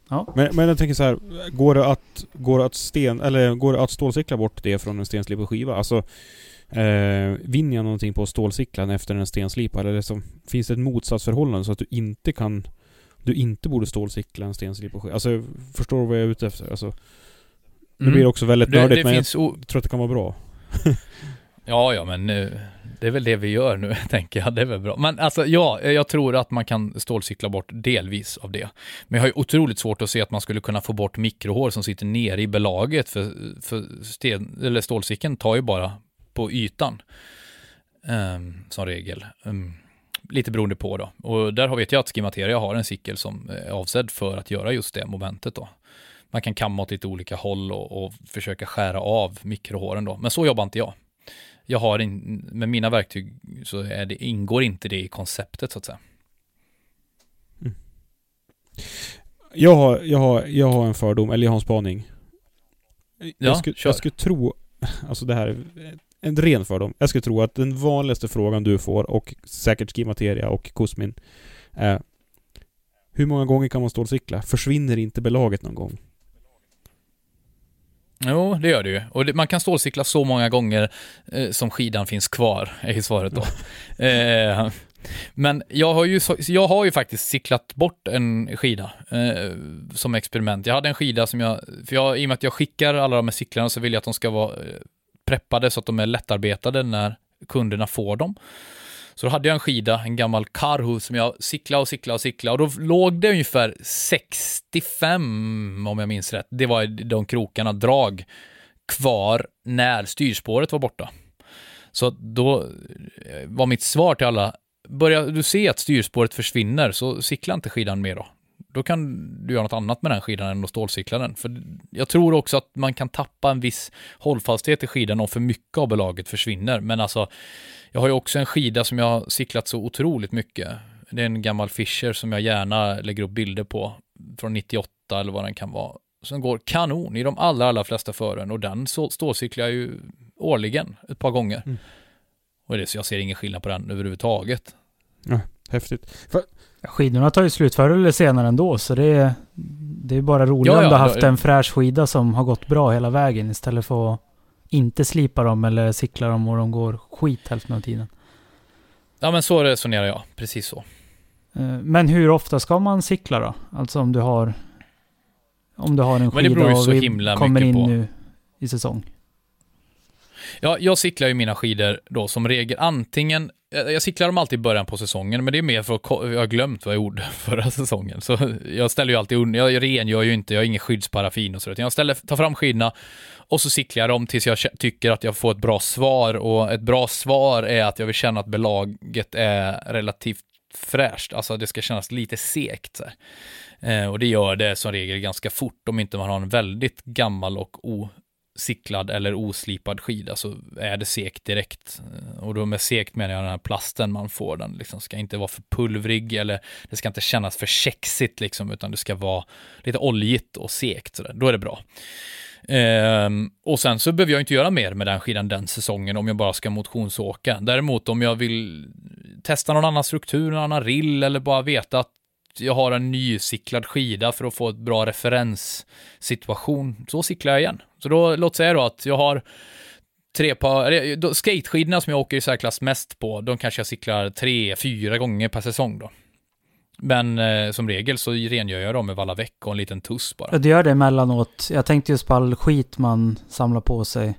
Ja. Men, men jag tänker så här, går det att går det att sten eller går det att stålcykla bort det från en stenslipad skiva? Alltså eh, vinner jag någonting på stålcyklan efter en stenslipad, eller så finns det ett motsatsförhållande så att du inte kan du inte borde stålcykla en stenslipad skiva? Alltså förstår du vad jag är ute efter? Alltså det Mm. blir också väldigt Det- nördigt, det men finns jag o- tror att det kan vara bra. Ja, ja, men nu, det är väl det vi gör nu, tänker jag. Det är väl bra. Men alltså, ja, jag tror att man kan stålcykla bort delvis av det. Men jag har ju otroligt svårt att se att man skulle kunna få bort mikrohår som sitter nere i belaget, för, för sten, eller stålcykeln tar ju bara på ytan, um, som regel. Um, lite beroende på då. Och där har vet jag att Skimateria har en cykel som är avsedd för att göra just det momentet då. Man kan kamma åt lite olika håll och, och försöka skära av mikrohåren då. Men så jobbar inte jag. Jag har in, med mina verktyg så är det, ingår inte det i konceptet så att säga. Mm. Jag har, jag har, jag har en fördom, eller jag har en spaning. Ja, jag, skulle, kör. jag skulle tro, alltså det här är en ren fördom. Jag skulle tro att den vanligaste frågan du får, och säkert Skimateria och Kusmin, är hur många gånger kan man stålcykla? Försvinner inte belaget någon gång? Jo, det gör det ju. Och det, man kan stålcykla så många gånger eh, som skidan finns kvar, är ju svaret då. eh, men jag har, ju, jag har ju faktiskt cyklat bort en skida eh, som experiment. Jag hade en skida som jag, för jag, i och med att jag skickar alla de här cyklarna så vill jag att de ska vara eh, preppade så att de är lättarbetade när kunderna får dem. Så då hade jag en skida, en gammal Karhu, som jag cyklade och cyklade och cyklade. Och då låg det ungefär sextiofem, om jag minns rätt. Det var de krokarna, drag, kvar när styrspåret var borta. Så då var mitt svar till alla, börjar du se att styrspåret försvinner så cykla inte skidan mer då. Då kan du göra något annat med den skidan än att stålcykla den. För jag tror också att man kan tappa en viss hållfasthet i skidan om för mycket av belaget försvinner. Men alltså, jag har ju också en skida som jag har cyklat så otroligt mycket. Det är en gammal Fischer som jag gärna lägger upp bilder på från nittioåtta eller vad den kan vara. Som går kanon i de allra, allra flesta fören. Och den stålcyklar jag ju årligen ett par gånger. Mm. Och det, så jag ser ingen skillnad på den överhuvudtaget. Ja, häftigt. För... Skidorna tar ju slut förr eller senare ändå, så det är, det är bara roligt Ja, om ja, du har haft då, en fräsch skida som har gått bra hela vägen istället för att inte slipa dem eller cykla dem och de går skit hälften av tiden. Ja, men så resonerar jag. Precis så. Men hur ofta ska man cykla då? Alltså om du har om du har en skida och så vi himla kommer in på. nu i säsong. Ja, jag cyklar ju mina skidor då som regel antingen, jag cyklar dem alltid i början på säsongen, men det är mer för att jag har glömt vad jag gjorde förra säsongen. Så jag ställer ju alltid under, jag rengör ju inte, jag har ingen skyddsparaffin och så, utan jag ställer, tar fram skidorna och så cyklar jag dem tills jag tycker att jag får ett bra svar, och ett bra svar är att jag vill känna att belaget är relativt fräscht, alltså det ska kännas lite segt så här. Eh, och det gör det som regel ganska fort om inte man har en väldigt gammal och o cyklad eller oslipad skida, så är det sekt direkt. Och då med sekt menar jag den här plasten man får, den liksom ska inte vara för pulvrig, eller det ska inte kännas för sexigt liksom, utan det ska vara lite oljigt och sekt så där. Då är det bra. Ehm, och sen så behöver jag inte göra mer med den skidan den säsongen om jag bara ska motionsåka. Däremot om jag vill testa någon annan struktur, någon annan rill, eller bara veta att jag har en nycyklad skida för att få ett bra referenssituation, så cyklar jag igen. Så då, låt säga då att jag har tre par, skateskidorna som jag åker i särklass mest på, de kanske jag cyklar tre, fyra gånger per säsong då. Men eh, som regel så rengör jag dem med valla veck och en liten tuss bara. Du gör det emellanåt. Jag tänkte just på all skit man samlar på sig.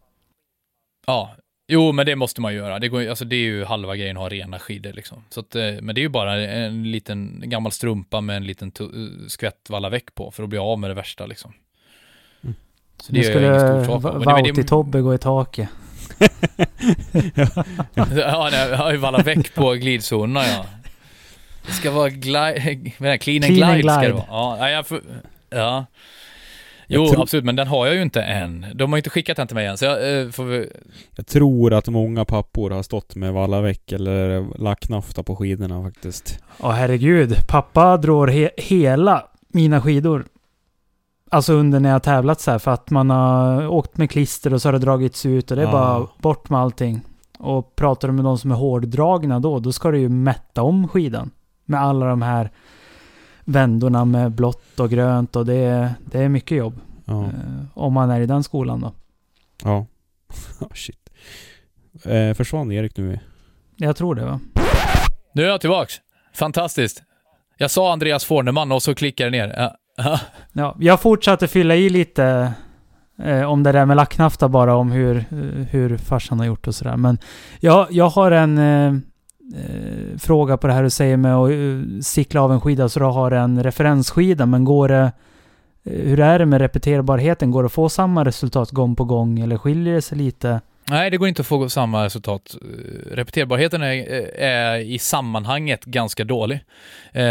Ja, jo, men det måste man göra. Det, går, alltså, det är ju halva grejen att ha rena skidor liksom. Så att, men det är ju bara en liten gammal strumpa med en liten tu- skvätt valla veck på för att bli av med det värsta liksom. Mm. Så det är skulle ingen stor sak. Vauti det... Tobbe gå i taket. Ja, jag har ju valla veck på glidzonerna, ja. Det ska vara glide, clean, clean and glide, glide. Ska det vara. Ja, jag får, ja. Jo, tror... absolut, men den har jag ju inte än. De har ju inte skickat den till mig än, så jag äh, får vi... Jag tror att många pappor har stått med valla veck eller lacknafta på skidorna faktiskt. Ja, herregud. Pappa drar he- hela mina skidor. Alltså under när jag tävlat så här, för att man har åkt med klister och så har det dragits ut och det är ah. bara bort med allting. Och pratar du med de som är hårddragna då, då ska du ju mätta om skidan med alla de här vändorna med blått och grönt och det är, det är mycket jobb. Ja. Eh, om man är i den skolan då. Ja. Shit. Eh, försvann Erik nu? Jag tror det, va? Nu är jag tillbaks. Fantastiskt. Jag sa Andreas Forneman och så klickade det ner. Ja. Ja, jag fortsatte fylla i lite eh, om det där med lacknafta bara, om hur, eh, hur farsan har gjort och sådär. Men jag, jag har en eh, eh, fråga på det här du säger med att uh, cykla av en skida, så du har en referensskida, men går det, eh, hur är det med repeterbarheten? Går det att få samma resultat gång på gång eller skiljer det sig lite? Nej, det går inte att få samma resultat. Repeterbarheten är, är i sammanhanget ganska dålig. Eh,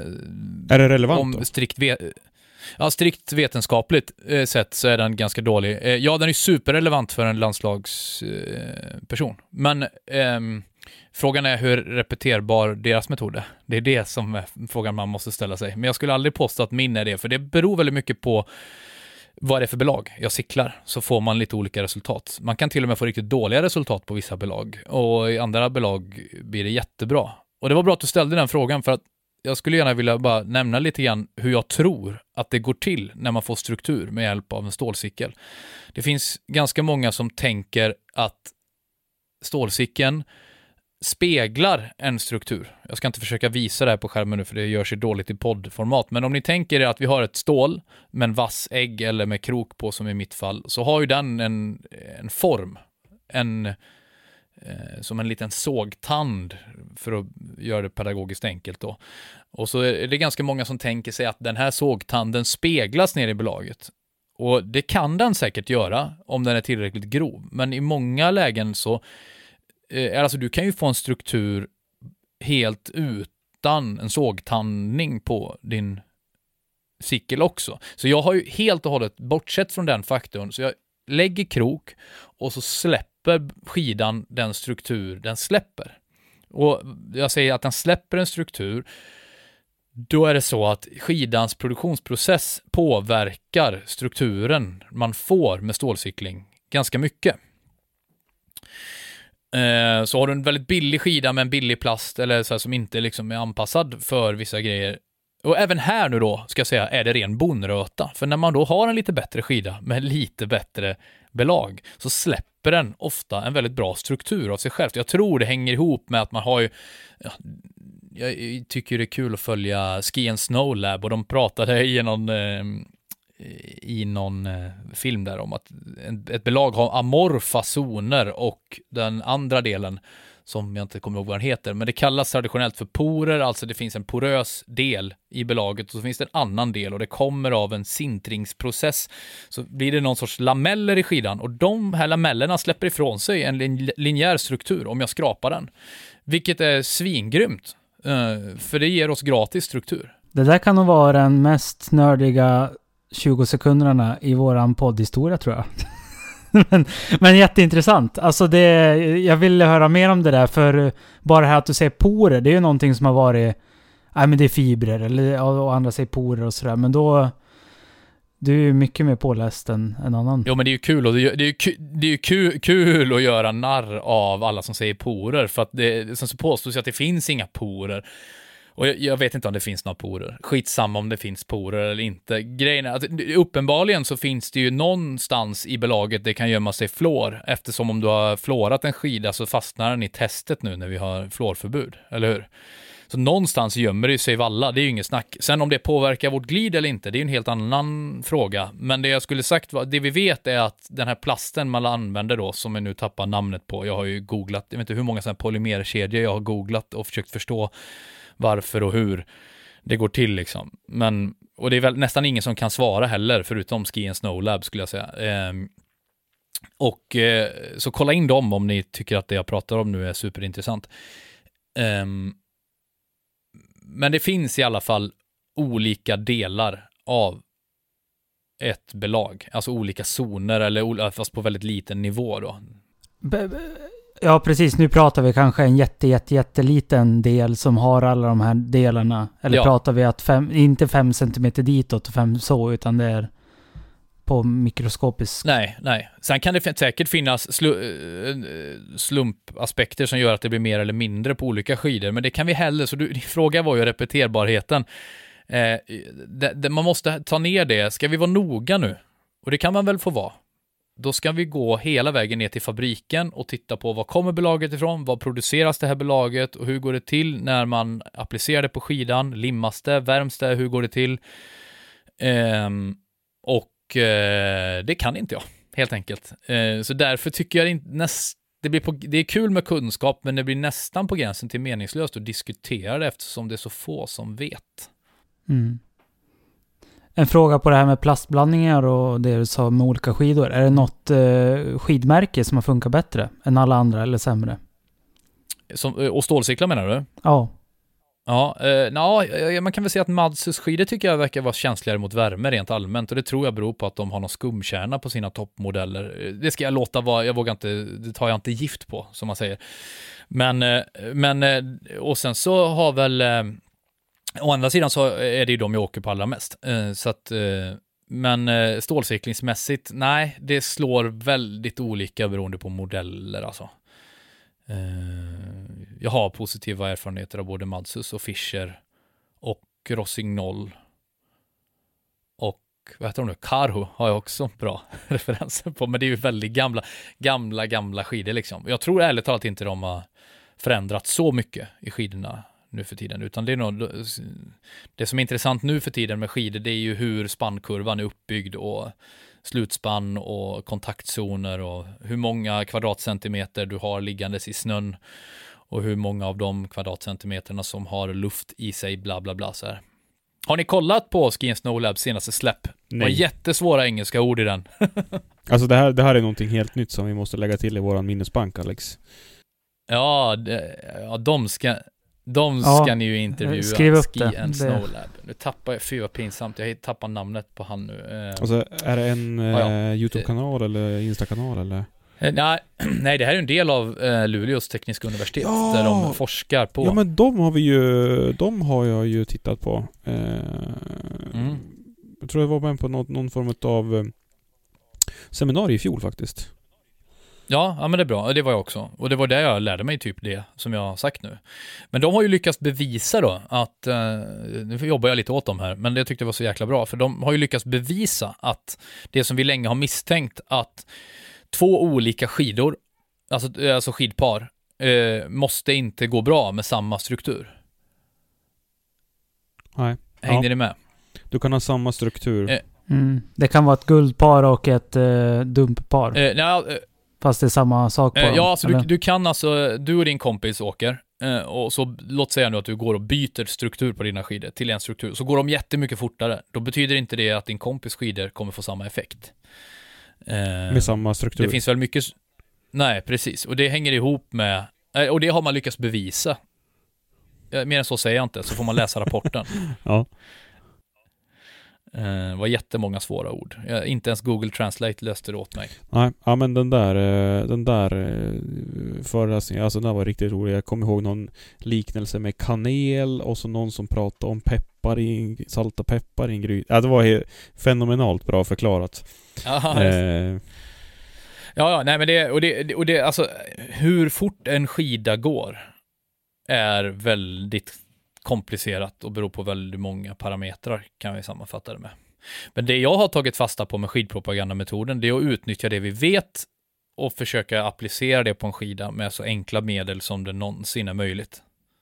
är det relevant om då? Strikt, ve- ja, strikt vetenskapligt eh, sett så är den ganska dålig. Eh, ja, den är superrelevant för en landslagsperson. Eh, Men eh, frågan är hur repeterbar deras metod är. Det är det som är frågan man måste ställa sig. Men jag skulle aldrig påstå att min är det, för det beror väldigt mycket på vad är det för belag jag cyklar, så får man lite olika resultat. Man kan till och med få riktigt dåliga resultat på vissa belag, och i andra belag blir det jättebra. Och det var bra att du ställde den frågan, för att jag skulle gärna vilja bara nämna lite grann hur jag tror att det går till när man får struktur med hjälp av en stålcykel. Det finns ganska många som tänker att stålcykeln speglar en struktur. Jag ska inte försöka visa det här på skärmen nu, för det gör sig dåligt i poddformat. Men om ni tänker er att vi har ett stål med en vass ägg eller med krok på, som i mitt fall, så har ju den en, en form. En, eh, som en liten sågtand, för att göra det pedagogiskt enkelt då. Och så är det ganska många som tänker sig att den här sågtanden speglas ner i belaget. Och det kan den säkert göra om den är tillräckligt grov. Men i många lägen så alltså du kan ju få en struktur helt utan en sågtandning på din cykel också. Så jag har ju helt och hållet bortsett från den faktorn. Så jag lägger krok och så släpper skidan den struktur den släpper. Och jag säger att den släpper en struktur, då är det så att skidans produktionsprocess påverkar strukturen man får med stålcykling ganska mycket. Så har du en väldigt billig skida med en billig plast eller så här, som inte liksom är anpassad för vissa grejer. Och även här nu då, ska jag säga, är det ren bonröta. För när man då har en lite bättre skida med lite bättre belag, så släpper den ofta en väldigt bra struktur av sig själv. Jag tror det hänger ihop med att man har ju... Ja, jag tycker det är kul att följa Ski and Snow Lab, och de pratade i någon... Eh, i någon eh, film där om att en, ett belag har amorfa zoner, och den andra delen, som jag inte kommer ihåg vad den heter, men det kallas traditionellt för porer. Alltså det finns en porös del i belaget och så finns det en annan del, och det kommer av en sintringsprocess. Så blir det någon sorts lameller i skidan, och de här lamellerna släpper ifrån sig en lin- linjär struktur om jag skrapar den, vilket är svingrymt, eh, för det ger oss gratis struktur. Det där kan nog vara den mest nördiga tjugo sekunderna i våran poddhistoria, tror jag. men, men jätteintressant. Alltså det, jag vill höra mer om det där, för bara det här att du säger porer, det är ju någonting som har varit, nej men det är fibrer, eller, och andra säger porer och sådär, men då du är ju mycket mer påläst än en annan. Jo, men det är ju kul, och det är, det är ju, kul, det är ju kul, kul att göra narr av alla som säger porer, för att det som så påstås att det finns inga porer. Och jag, jag vet inte om det finns några porer. Skitsamma om det finns porer eller inte. Grejen är att uppenbarligen så finns det ju någonstans i belaget det kan gömma sig flår, eftersom om du har flårat en skida så fastnar den i testet nu när vi har flårförbud, eller hur? Så någonstans gömmer det sig valla, det är ju inget snack. Sen om det påverkar vårt glid eller inte, det är en helt annan fråga. Men det jag skulle sagt var, det vi vet är att den här plasten man använder då, som jag nu tappar namnet på, jag har ju googlat, jag vet inte hur många sådana polymerkedjor jag har googlat och försökt förstå varför och hur det går till liksom. Men, och det är väl nästan ingen som kan svara heller, förutom Ski and Snow Lab skulle jag säga. Ehm, och eh, så kolla in dem om ni tycker att det jag pratar om nu är superintressant. Ehm, men det finns i alla fall olika delar av ett belag, alltså olika zoner, eller fast på väldigt liten nivå då. Be- be- Ja, precis. Nu pratar vi kanske en jätte, jätte, jätteliten del som har alla de här delarna. Eller ja. pratar vi att fem, inte fem centimeter ditåt och fem så, utan det är på mikroskopisk... Nej, nej. Sen kan det säkert finnas slu, slumpaspekter som gör att det blir mer eller mindre på olika skidor. Men det kan vi heller... Så du, din fråga var ju repeterbarheten. Eh, det, det, man måste ta ner det. Ska vi vara noga nu? Och det kan man väl få vara. Då ska vi gå hela vägen ner till fabriken och titta på vad kommer belaget ifrån, vad produceras det här belaget och hur går det till när man applicerar det på skidan, limmas det, värms det, hur går det till? Ehm, och eh, det kan inte jag, helt enkelt. Eh, så därför tycker jag inte näst, det, blir på, det är kul med kunskap, men det blir nästan på gränsen till meningslöst att diskutera det eftersom det är så få som vet. Mm. En fråga på det här med plastblandningar och det du sa med olika skidor. Är det något eh, skidmärke som har funkat bättre än alla andra eller sämre? Som, och stålcyklar menar du? Ja. Ja, eh, na, man kan väl säga att Madsus skidor tycker jag verkar vara känsligare mot värme rent allmänt, och det tror jag beror på att de har någon skumkärna på sina toppmodeller. Det ska jag låta vara, jag vågar inte, det tar jag inte gift på, som man säger. Men, eh, men eh, och sen så har väl eh, å andra sidan så är det ju de jag åker på allra mest. Eh, så att, eh, men eh, stålcyklingsmässigt, nej, det slår väldigt olika beroende på modeller alltså. Uh, jag har positiva erfarenheter av både Madsus och Fischer och Rossignol och vad heter de nu? Karhu har jag också bra referenser på, men det är ju väldigt gamla gamla, gamla skidor liksom. Jag tror ärligt talat inte de har förändrat så mycket i skidorna nu för tiden, utan det är nog det som är intressant nu för tiden med skidor, det är ju hur spannkurvan är uppbyggd och slutspann och kontaktzoner och hur många kvadratcentimeter du har liggandes i snön och hur många av de kvadratcentimeterna som har luft i sig, bla bla bla så här. Har ni kollat på Ski and Snow Labs senaste släpp? Det var jättesvåra engelska ord i den. Alltså det här, det här är någonting helt nytt som vi måste lägga till i våran minnesbank, Alex. Ja, det, ja de ska de ska ja, ni ju intervjua. Skriv upp Ski det. and det. Snow Lab. Nu tappar jag, fy vad pinsamt, jag tappar namnet på han nu. Alltså är det en ja, ja. eh, YouTube-kanal eller Insta-kanal eller? Nej, nej, det här är en del av eh, Luleås tekniska universitet, ja, där de forskar på. Ja, men de har vi ju, de har jag ju tittat på. Eh, mm. Jag tror jag var med på någon, någon form av eh, seminarium i fjol faktiskt. Ja, ja, men det är bra. Det var jag också. Och det var där jag lärde mig typ det som jag har sagt nu. Men de har ju lyckats bevisa då att, eh, nu jobbar jag lite åt dem här, men det tyckte jag var så jäkla bra. För de har ju lyckats bevisa att det som vi länge har misstänkt, att två olika skidor, alltså, alltså skidpar, eh, måste inte gå bra med samma struktur. Nej. Hängde ja. ni med? Du kan ha samma struktur. Eh, Mm. Det kan vara ett guldpar och ett eh, dumppar. eh, na, eh, Fast det är samma sak på eh, dem, Ja, alltså du, eller? du kan alltså, du och din kompis åker, eh, och så låt säga nu att du går och byter struktur på dina skidor till en struktur, så går de jättemycket fortare. Då betyder inte det att din kompis skidor kommer få samma effekt. Eh, med samma struktur. Det finns väl mycket... Nej, precis. Och det hänger ihop med... Och det har man lyckats bevisa. Mer än så säger jag inte, så får man läsa rapporten. ja. Det var jättemånga svåra ord. Jag, inte ens Google Translate löste det åt mig. Nej, ja, men den där den där föreläsningen, alltså den var riktigt rolig. Jag kommer ihåg någon liknelse med kanel och så någon som pratade om peppar i, salta peppar i en gryta. Ja, det var helt fenomenalt bra förklarat. Aha, eh. Ja, ja, nej men det och det och det alltså hur fort en skida går är väldigt komplicerat och beror på väldigt många parametrar, kan vi sammanfatta det med. Men det jag har tagit fasta på med skidpropagandametoden, det är att utnyttja det vi vet och försöka applicera det på en skida med så enkla medel som det någonsin är möjligt.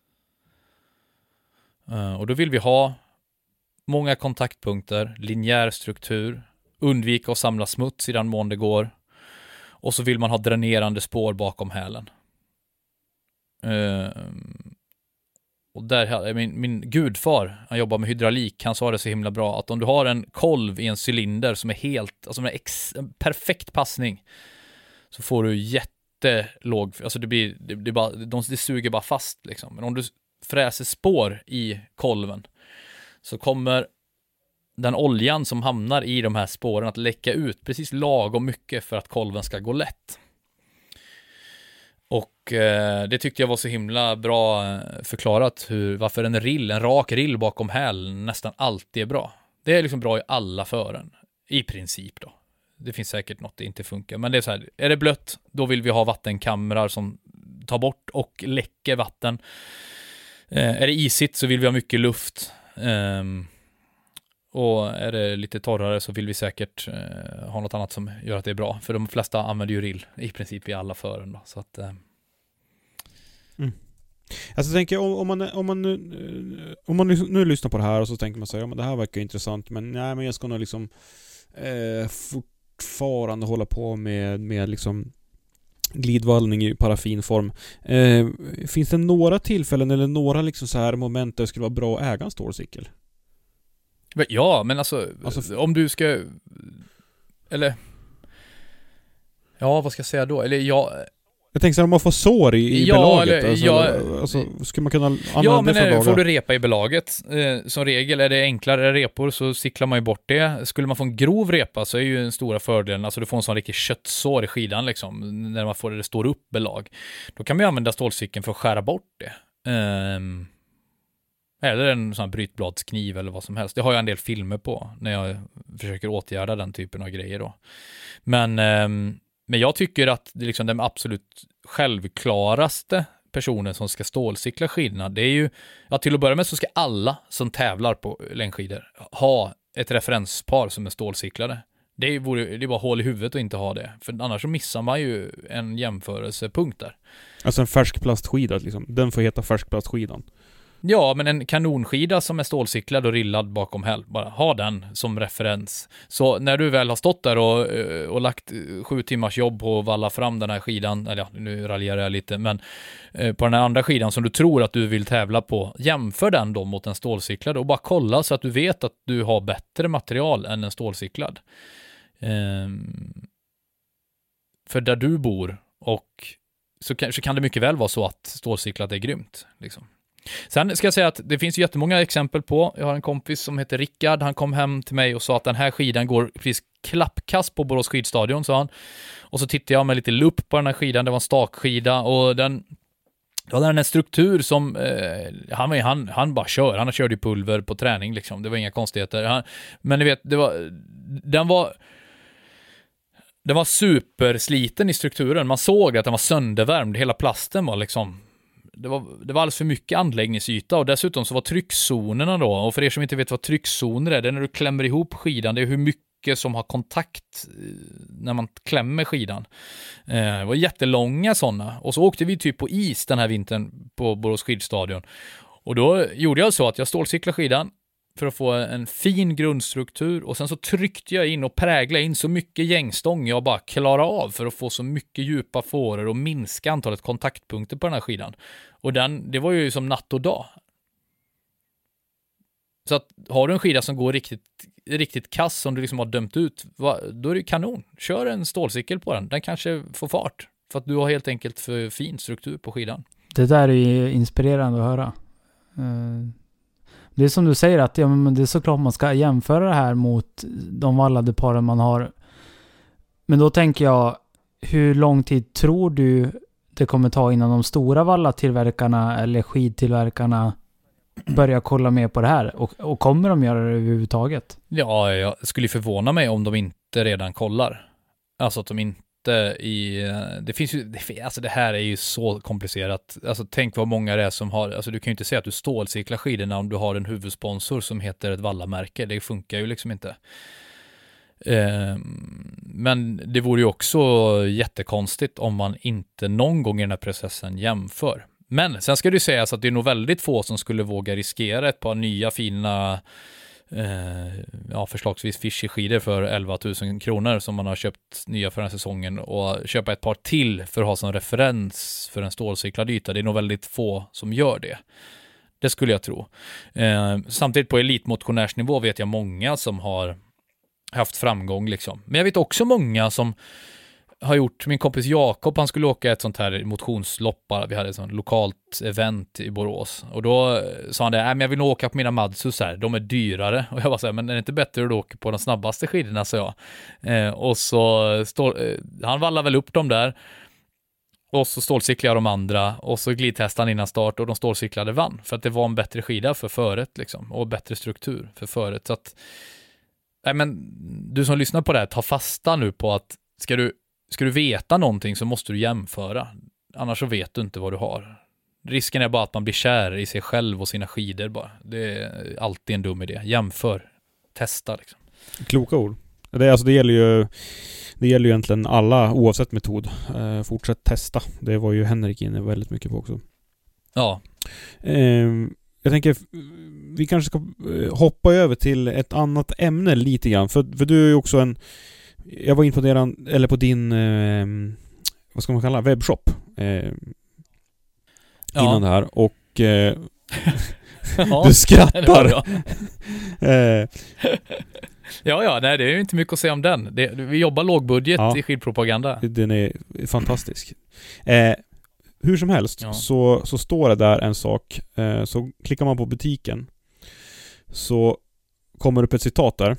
Uh, och då vill vi ha många kontaktpunkter, linjär struktur, undvika att samla smuts i den mån det går, och så vill man ha dränerande spår bakom hälen. Uh, Och där, min, min gudfar, han jobbar med hydraulik, han sa det så himla bra, att om du har en kolv i en cylinder som är helt, alltså med ex, en perfekt passning, så får du jättelåg, alltså det blir, det, det, bara, de, det suger bara fast liksom. Men om du fräser spår i kolven, så kommer den oljan som hamnar i de här spåren att läcka ut precis lagom mycket för att kolven ska gå lätt. Och eh, det tyckte jag var så himla bra förklarat, hur, varför en rill, en rak rill bakom hälen nästan alltid är bra. Det är liksom bra i alla fören, i princip då. Det finns säkert något det inte funkar, men det är så här, är det blött, då vill vi ha vattenkamrar som tar bort och läcker vatten. Eh, är det isigt så vill vi ha mycket luft. Um, och är det lite torrare så vill vi säkert uh, ha något annat som gör att det är bra. För de flesta använder ju rill i princip i alla fören då, så att... Uh... Mm. Alltså tänker jag, om man, om man, nu, om man nu, nu lyssnar på det här och så tänker man så här, ja men det här verkar intressant, men nej men jag ska nog liksom eh, fortfarande hålla på med, med liksom glidvallning i paraffinform. Eh, finns det några tillfällen eller några liksom så här moment där det skulle vara bra att äga en stålcykel? Ja, men alltså, alltså om du ska... Eller... Ja, vad ska jag säga då? Eller jag... Jag tänker så här, om man får sår i, i ja, belaget. Eller, alltså, ja, alltså, skulle man kunna använda ja, det men för är, får du repa i belaget, eh, som regel är det enklare repor så cyklar man ju bort det. Skulle man få en grov repa så är ju en stora fördelen, alltså du får en sån riktig köttsår i skidan liksom, när man får det, det står upp belag. Då kan man ju använda stålcykeln för att skära bort det. Um, eller en sån här brytbladskniv eller vad som helst. Det har jag en del filmer på när jag försöker åtgärda den typen av grejer då. Men... Um, Men jag tycker att det är liksom den absolut självklaraste personen som ska stålcykla skidorna, det är ju, ja, till att börja med så ska alla som tävlar på längdskidor ha ett referenspar som är stålcyklade. Det är, vore, det är bara hål i huvudet att inte ha det. För annars så missar man ju en jämförelsepunkt där. Alltså en färskplastskida liksom. Den får heta färskplastskidan. Ja, men en kanonskida som är stålcyklad och rillad bakom häll. Bara ha den som referens. Så när du väl har stått där och, och lagt sju timmars jobb på att valla fram den här skidan, eller ja, nu raljerar jag lite, men på den här andra skidan som du tror att du vill tävla på, jämför den då mot en stålcyklad och bara kolla så att du vet att du har bättre material än en stålcyklad. Ehm, för där du bor och så kan, så kan det mycket väl vara så att stålcyklat är grymt liksom. Sen ska jag säga att det finns jättemånga exempel på, jag har en kompis som heter Rickard, han kom hem till mig och sa att den här skidan går precis klappkast på Borås skidstadion, sa han. Och så tittade jag med lite lupp på den här skidan, det var en stakskida och den, då hade den en struktur som eh, han, han, han bara kör, han körde ju pulver på träning liksom, det var inga konstigheter. Han, men ni vet, det var, den var den var supersliten i strukturen, man såg att den var söndervärmd, hela plasten var liksom Det var, det var alldeles för mycket anläggningsyta och dessutom så var tryckzonerna då, och för er som inte vet vad tryckzoner är, det är när du klämmer ihop skidan, det är hur mycket som har kontakt när man klämmer skidan. Eh, det var jättelånga sådana, och så åkte vi typ på is den här vintern på Borås skidstadion, och då gjorde jag så att jag stålcyklade skidan för att få en fin grundstruktur och sen så tryckte jag in och präglade in så mycket gängstång jag bara klarade av för att få så mycket djupa fåror och minska antalet kontaktpunkter på den här skidan. Och den, det var ju som natt och dag. Så att har du en skida som går riktigt, riktigt kass som du liksom har dömt ut, då är det kanon. Kör en stålcykel på den, den kanske får fart för att du har helt enkelt för fin struktur på skidan. Det där är ju inspirerande att höra. Uh... Det är som du säger att ja, men det är såklart man ska jämföra det här mot de vallade paren man har. Men då tänker jag, hur lång tid tror du det kommer ta innan de stora vallatillverkarna eller skidtillverkarna börjar kolla mer på det här? Och, och kommer de göra det överhuvudtaget? Ja, jag skulle förvåna mig om de inte redan kollar. Alltså att de inte i, det finns ju, det, alltså det här är ju så komplicerat, alltså tänk vad många det är som har, alltså du kan ju inte säga att du stålcyklar skidorna om du har en huvudsponsor som heter ett vallamärke, det funkar ju liksom inte. Eh, men det vore ju också jättekonstigt om man inte någon gång i den här processen jämför. Men sen ska det ju sägas att det är nog väldigt få som skulle våga riskera ett par nya fina Eh, ja, förslagsvis Fischer-skidor för elva tusen kronor som man har köpt nya för den här säsongen och köpa ett par till för att ha som referens för en stålcyklad yta. Det är nog väldigt få som gör det. Det skulle jag tro. Eh, samtidigt på elitmotionärsnivå vet jag många som har haft framgång liksom. Men jag vet också många som har gjort, min kompis Jakob, han skulle åka ett sånt här motionslopp, vi hade ett sånt lokalt event i Borås, och då sa han det, nej men jag vill nog åka på mina Madsus här, de är dyrare, och jag var så här, men är det inte bättre att åka på de snabbaste skidorna, så jag. Eh, och så stå, eh, han vallar väl upp dem där, och så stålcyklade de andra, och så glidtestade han innan start, och de stålcyklade vann, för att det var en bättre skida för föret liksom, och bättre struktur för föret, så att nej men du som lyssnar på det här, ta fasta nu på att ska du Ska du veta någonting så måste du jämföra. Annars så vet du inte vad du har. Risken är bara att man blir kär i sig själv och sina skidor bara. Det är alltid en dum idé. Jämför. Testa liksom. Kloka ord. Det, alltså, det gäller ju det gäller ju egentligen alla oavsett metod. Eh, fortsätt testa. Det var ju Henrik inne väldigt mycket på också. Ja. Eh, jag tänker vi kanske ska hoppa över till ett annat ämne lite grann. För, för du är ju också en... Jag var in på, deran, eller på din... Eh, vad ska man kalla webbshop. Eh, innan ja. det här. Och... Eh, ja, du skrattar. eh. Ja, ja, nej, det är ju inte mycket att säga om den. Det, vi jobbar lågbudget ja, i skidpropaganda. Den är fantastisk. Eh, hur som helst ja. så, så står det där en sak. Eh, så klickar man på butiken så kommer upp ett citat där.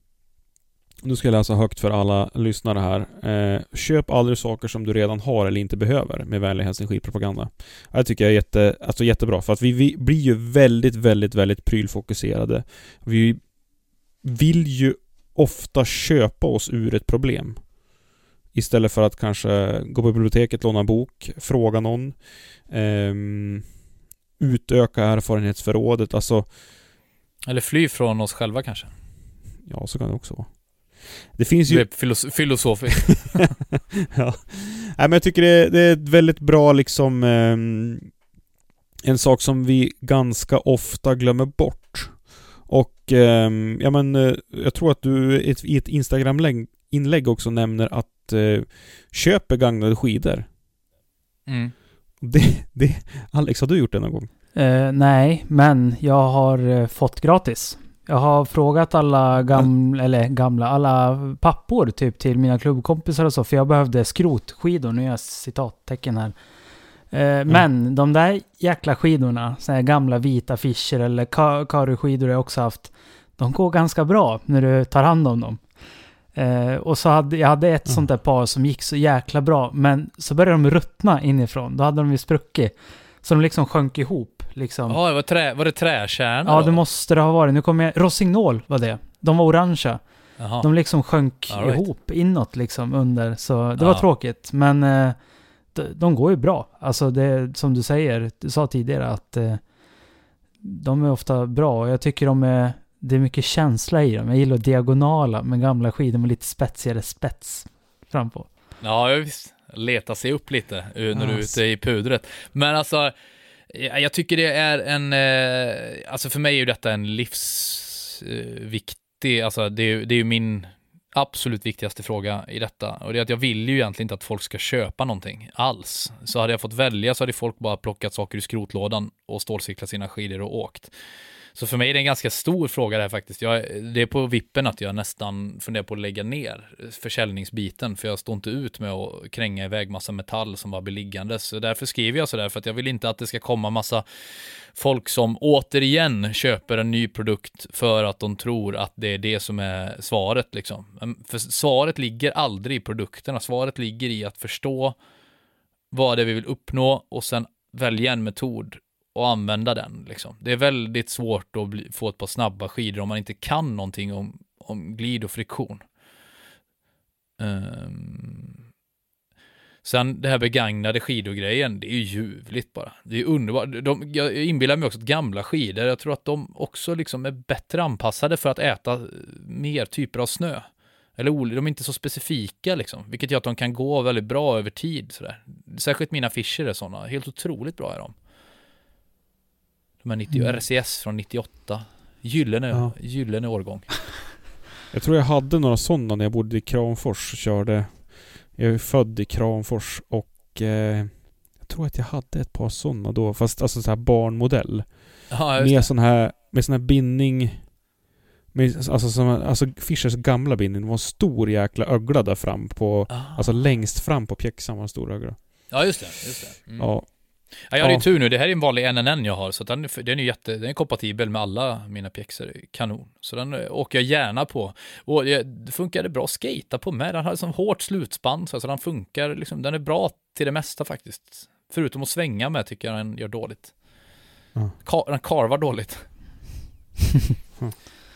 Nu ska jag läsa högt för alla lyssnare här. Eh, köp aldrig saker som du redan har eller inte behöver, med vänlig hälsning skidpropaganda. Jag tycker jag är jätte, alltså jättebra, för att vi, vi blir ju väldigt, väldigt, väldigt prylfokuserade. Vi vill ju ofta köpa oss ur ett problem istället för att kanske gå på biblioteket, låna en bok, fråga någon, eh, utöka erfarenhetsförrådet, alltså, eller fly från oss själva kanske. Ja, så kan det också vara. Det finns ju... Det är filos- filosofiskt. Ja. Nej, men jag tycker det, det är ett väldigt bra liksom eh, en sak som vi ganska ofta glömmer bort. Och eh, ja, men eh, jag tror att du ett, i ett Instagram-inlägg också nämner att eh, köp begagnade skidor. Mm. Det, det, Alex, har du gjort det någon gång? Uh, nej, men jag har uh, fått gratis. Jag har frågat alla gamla, eller gamla, alla pappor typ till mina klubbkompisar och så, för jag behövde skrotskidor, nu är jag citattecken här. Eh, mm. Men de där jäkla skidorna, så här gamla vita Fischer eller Karu-skidor jag också haft, de går ganska bra när du tar hand om dem. Eh, och så hade jag hade ett mm. sånt där par som gick så jäkla bra, men så började de ruttna inifrån. Då hade de ju spruckit. Så de liksom sjönk ihop. Liksom. Ja, var, trä, var det träkärna? Ja, då? Det måste det ha varit. Nu kommer jag... Rossignol var det. De var orangea. Jaha. De liksom sjönk All right. ihop inåt liksom under. Så det ja. var tråkigt. Men eh, de, de går ju bra. Alltså det som du säger, du sa tidigare att eh, de är ofta bra. Och jag tycker de är... Det är mycket känsla i dem. Jag gillar diagonala med gamla skidor med lite spetsigare spets frampå. Ja, visst. Leta sig upp lite när du är ute i pudret. Men alltså, jag tycker det är en... Alltså för mig är ju detta en livsviktig... Alltså det är, det är ju min absolut viktigaste fråga i detta. Och det är att jag vill ju egentligen inte att folk ska köpa någonting alls. Så hade jag fått välja så hade folk bara plockat saker ur skrotlådan och stålcyklat sina skidor och åkt. Så för mig är det en ganska stor fråga det här faktiskt. Jag, det är på vippen att jag nästan funderar på att lägga ner försäljningsbiten, för jag står inte ut med att kränga iväg massa metall som bara blir liggande. Så därför skriver jag så där, för att jag vill inte att det ska komma massa folk som återigen köper en ny produkt för att de tror att det är det som är svaret liksom. För svaret ligger aldrig i produkterna. Svaret ligger i att förstå vad det är vi vill uppnå och sen välja en metod och använda den liksom. Det är väldigt svårt att bli, få ett par snabba skidor om man inte kan någonting om, om glid och friktion. Um, sen det här begagnade skidogrejen, det är ju ljuvligt bara. Det är underbart. De, jag inbillar mig också att gamla skidor, jag tror att de också liksom är bättre anpassade för att äta mer typer av snö. Eller de är inte så specifika liksom, vilket gör att de kan gå väldigt bra över tid sådär. Särskilt mina Fischer är sådana, helt otroligt bra är de. De är nittio, mm. R C S från nittioåtta. Gyllene, ja. gyllene årgång. Jag tror jag hade några sådana när jag bodde i Kramfors. Körde. Jag är född i Kramfors och eh, jag tror att jag hade ett par sådana då. Fast alltså så här barnmodell. Ja, med sån här, med sån här bindning. Med, alltså, som, alltså Fischers gamla bindning var en stor jäkla ögla där fram på, ah. alltså längst fram på pjäxan var en stor ögla. Ja, just det. Just det. Mm. Ja. Ja, jag har ju tur nu. Det här är en vanlig N N N jag har, så den, den är jätte, den är kompatibel med alla mina pjäxor. Kanon. Så den åker jag gärna på. Och det funkar bra att skata på med. Den har som hårt slutspann, så den funkar liksom, den är bra till det mesta faktiskt. Förutom att svänga med tycker jag den gör dåligt. Mm. Ka- den karvar dåligt.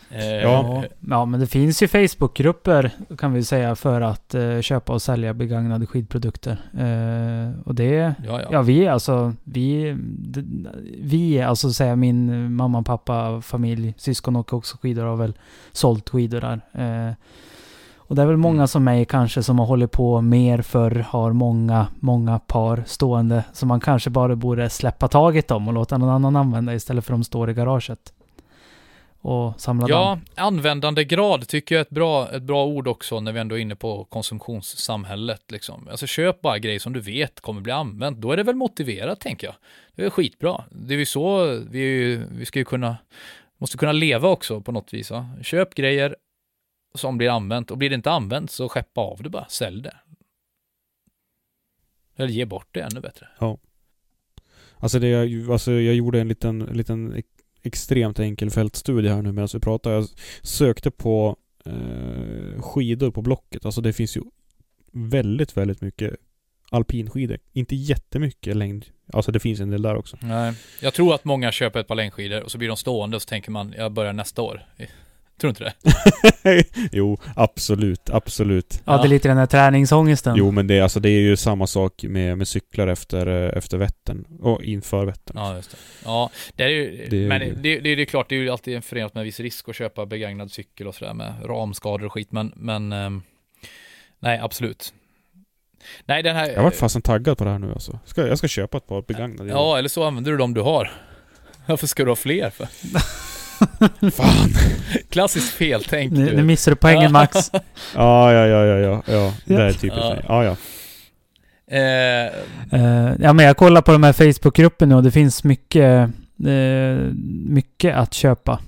Eh, Ja, ja, men det finns ju Facebookgrupper kan vi säga för att eh, köpa och sälja begagnade skidprodukter. Eh, och det, Ja, ja. ja vi är alltså, vi, d- vi är alltså säga min mamma, pappa, familj, syskon och också skidor har väl sålt skidor där. Eh, och det är väl många Mm. som mig kanske som har hållit på mer för har många, många par stående som man kanske bara borde släppa taget om och låta någon annan använda istället för att de står i garaget. Och samla Ja, damm. användandegrad tycker jag är ett bra, ett bra ord också när vi ändå är inne på konsumtionssamhället. Liksom. Alltså köp bara grejer som du vet kommer bli använt. Då är det väl motiverat, tänker jag. Det är skitbra. Det är ju så, vi, är ju, vi ska ju kunna, måste kunna leva också på något vis. Va? Köp grejer som blir använt. Och blir det inte använt så skeppa av det bara. Sälj det. Eller ge bort det ännu bättre. Alltså, det, jag, alltså jag gjorde en liten, liten extremt enkel fältstudie här nu medan vi pratar. Jag sökte på eh, skidor på Blocket. Alltså det finns ju väldigt, väldigt mycket alpinskidor. Inte jättemycket längd. Alltså det finns en del där också. Nej. Jag tror att många köper ett par längdskidor och så blir de stående och så tänker man, jag börjar nästa år. Tror du inte det? Jo, absolut, absolut. Ja, det är lite den här träningsångesten. Jo, men det, alltså, det är ju samma sak med, med cyklar efter, efter Vättern och inför Vättern. Ja, just det. Ja, det är ju, Det är men ju- det, det, det är klart, det är ju alltid förenat med en viss risk att köpa begagnad cykel och sådär med ramskador och skit, men, men ehm, nej, absolut. Nej, den här... Jag har varit fasen taggad på det här nu alltså. Ska, jag ska köpa ett par begagnade. Ja, eller så använder du dem du har. Varför ska du ha fler för? Fan. Klassiskt feltänk. Nu, du. nu missar du poängen, Max. Ja, ja, ja, ja, ja, ja. Det är typiskt Ja. mig. Ja, ja. Eh, Eh, ja, men jag kollar på de här Facebookgruppen nu och det finns mycket, eh, mycket att köpa.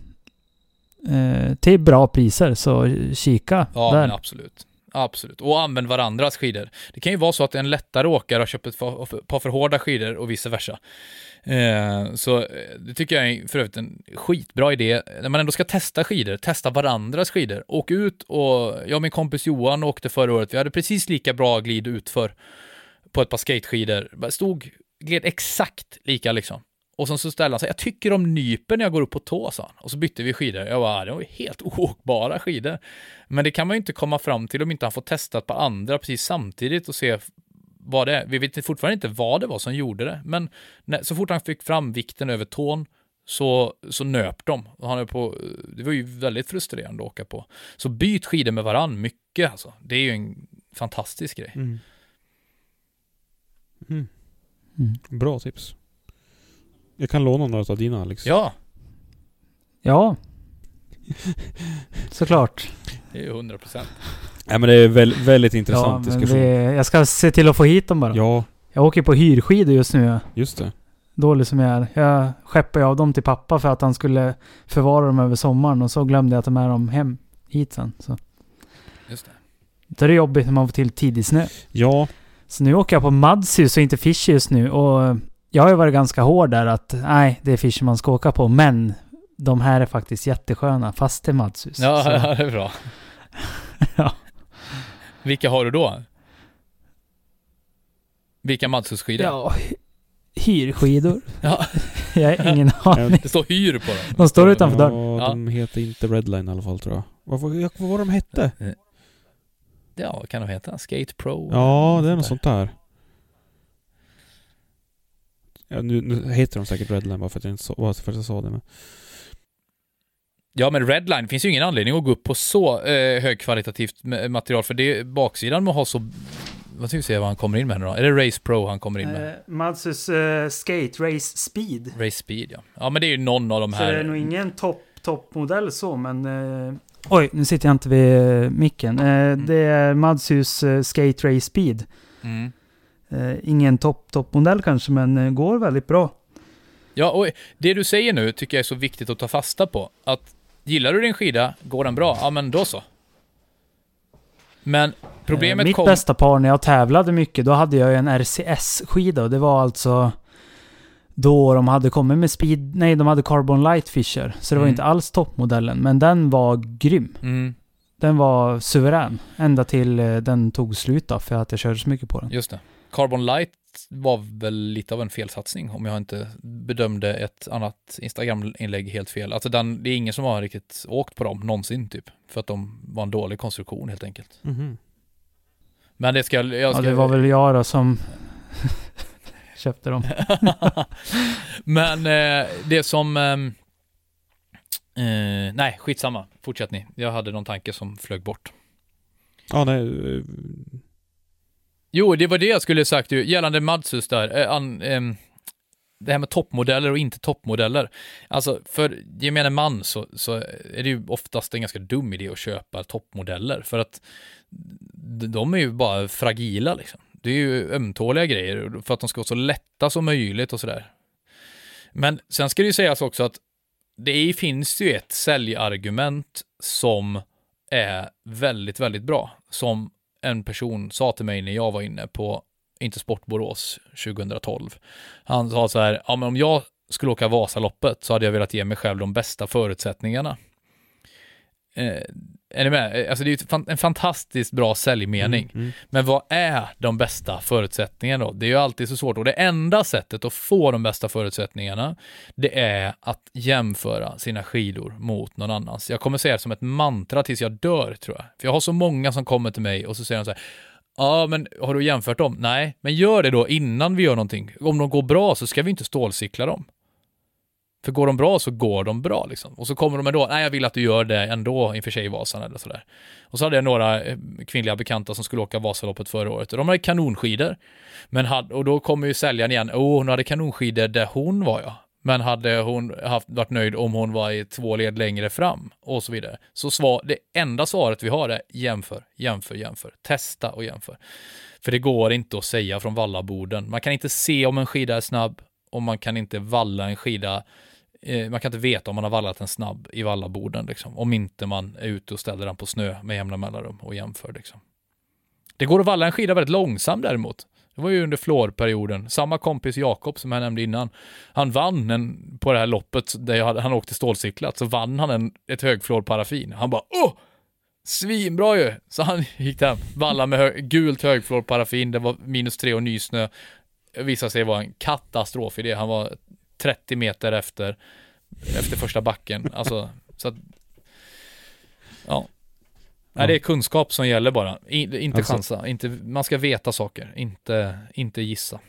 Eh, till bra priser, så kika ja, där. men absolut. Absolut. Och använd varandras skidor. Det kan ju vara så att en lättare åkare har köpt ett par par för hårda skidor och vice versa. Eh, så det tycker jag är för övrigt en skitbra idé. När man ändå ska testa skidor, testa varandras skidor. Åk ut och jag och min kompis Johan åkte förra året. Vi hade precis lika bra glid utför på ett par skateskidor. Stod, gled exakt lika liksom. Och sen så ställde han sig, jag tycker om nypen när jag går upp på tå, sa han. Och så bytte vi skidor. Jag bara, det var ju helt oåkbara skidor. Men det kan man ju inte komma fram till om inte han får testa på andra precis samtidigt och se vad det är. Vi vet fortfarande inte vad det var som gjorde det. Men när, så fort han fick fram vikten över tån så, så nöp de. Och han är på, det var ju väldigt frustrerande att åka på. Så byt skidor med varann mycket alltså. Det är ju en fantastisk grej. Mm. Mm. Mm. Bra tips. Jag kan låna några av dina, Alex. Ja, Ja. Såklart. det är ju hundra procent. Ja, men det är väl, väldigt Ja, intressant men diskussion. det, jag ska se till att få hit dem bara. Ja, Jag åker på hyrskidor just nu. just det. Dålig som jag är. Jag skeppade av dem till pappa för att han skulle förvara dem över sommaren. Och så glömde jag att ta med dem hem hit sen. Så. Just det. Då är det jobbigt när man får till tidig snö. Ja, Så nu åker jag på Madshus och inte Fischer just nu. Och jag har ju varit ganska hård där att nej, det är Fischer man ska åka på. Men de här är faktiskt jättesköna fast det är Madshus. Ja, Så, ja, det är bra. ja. Vilka har du då? Vilka Madshus-skidor? ja, hyrskidor. Ja. Jag har ingen aning. Det står hyr på dem. De står utanför dörren. ja, de heter inte Redline i alla fall, tror jag. Vad, vad, vad var de hette? Ja, vad kan de heta? Skate Pro? Ja, det är något där. sånt där. Ja, nu, nu heter de säkert Redline bara för att jag, inte så, bara för att jag sa det. Men. Ja, men Redline, det finns ju ingen anledning att gå upp på så eh, högkvalitativt material, för det baksidan med att ha så... Vad ska vi se vad han kommer in med nu då? Är det Race Pro han kommer in med? Eh, Madshus eh, Skate Race Speed. Race Speed, ja. Ja, men det är ju någon av de Så det är här... nog ingen topp toppmodell så, men... Eh, oj, nu sitter jag inte vid eh, micken. Eh, Mm. Det är Madshus eh, Skate Race Speed. Mm. Eh, ingen topp toppmodell kanske, men eh, går väldigt bra. Ja, och det du säger nu tycker jag är så viktigt att ta fasta på. Att gillar du din skida, går den bra? Ja, men då så. Men problemet eh, Mitt kom... bästa par när jag tävlade mycket, då hade jag en R C S-skida. Och det var alltså då de hade kommit med speed... Nej, de hade Carbon Light Fischer. Så det var Mm. inte alls toppmodellen. Men den var grym. Mm, Den var suverän. Ända till eh, den tog slut då, för att jag körde så mycket på den. just det. Carbon Light var väl lite av en felsatsning om jag inte bedömde ett annat Instagram-inlägg helt fel. Alltså den, det är ingen som har riktigt åkt på dem någonsin typ. För att de var en dålig konstruktion helt enkelt. Mm-hmm. Men det ska jag ska... Ja, det var väl jag då som köpte dem. Men eh, det som... Eh, eh, nej, skitsamma. Fortsätt ni. Jag hade någon tanke som flög bort. Ja, nej... Jo, det var det jag skulle sagt ju. Gällande Madsus där. Eh, an, eh, det här med toppmodeller och inte toppmodeller. Alltså, för gemene man så, så är det ju oftast en ganska dum idé att köpa toppmodeller. För att de är ju bara fragila liksom. Det är ju ömtåliga grejer för att de ska vara så lätta som möjligt och sådär. Men sen ska det ju sägas också att det finns ju ett säljargument som är väldigt, väldigt bra. Som en person sa till mig när jag var inne på Intersport Borås tjugohundratolv. Han sa så här, ja men om jag skulle åka Vasaloppet så hade jag velat ge mig själv de bästa förutsättningarna. Eh, är ni med? Alltså det är ju en fantastiskt bra säljmening. Mm, mm. Men vad är de bästa förutsättningarna då? Det är ju alltid så svårt. Och det enda sättet att få de bästa förutsättningarna, det är att jämföra sina skidor mot någon annans. Jag kommer säga det som ett mantra tills jag dör, tror jag. För jag har så många som kommer till mig och så säger de så här, ja men har du jämfört dem? Nej, men gör det då innan vi gör någonting. Om de går bra så ska vi inte stålcykla dem. För går de bra så går de bra liksom. Och så kommer de ändå, nej jag vill att du gör det ändå inför Tjejvasan eller sådär. Och så hade jag några kvinnliga bekanta som skulle åka Vasaloppet förra året. Och de hade kanonskidor. Men hade, och då kommer ju säljaren igen, åh hon hade kanonskidor där hon var ja. Men hade hon haft, varit nöjd om hon var i två led längre fram och så vidare. Så svar, det enda svaret vi har är jämför, jämför, jämför. Testa och jämför. För det går inte att säga från vallaborden. Man kan inte se om en skida är snabb och man kan inte valla en skida. Man kan inte veta om man har vallat en snabb i vallaborden liksom, om inte man är ute och ställer den på snö med jämna mellanrum och jämför liksom. Det går att valla en skida väldigt långsamt däremot. Det var ju under flårperioden. Samma kompis Jakob som jag nämnde innan. Han vann en, på det här loppet där han åkte stålcyklat, så vann han en, ett högflårparaffin. Han bara, åh! Svinbra ju! Så han gick hem. Valla med hö- gult högflårparaffin. Det var minus tre och nysnö. Det visade sig vara en katastrof i det. Han var trettio meter efter efter första backen. Alltså, så att, ja. Nej, det är kunskap som gäller bara. I, inte alltså, chansa. Inte, man ska veta saker. Inte, inte gissa.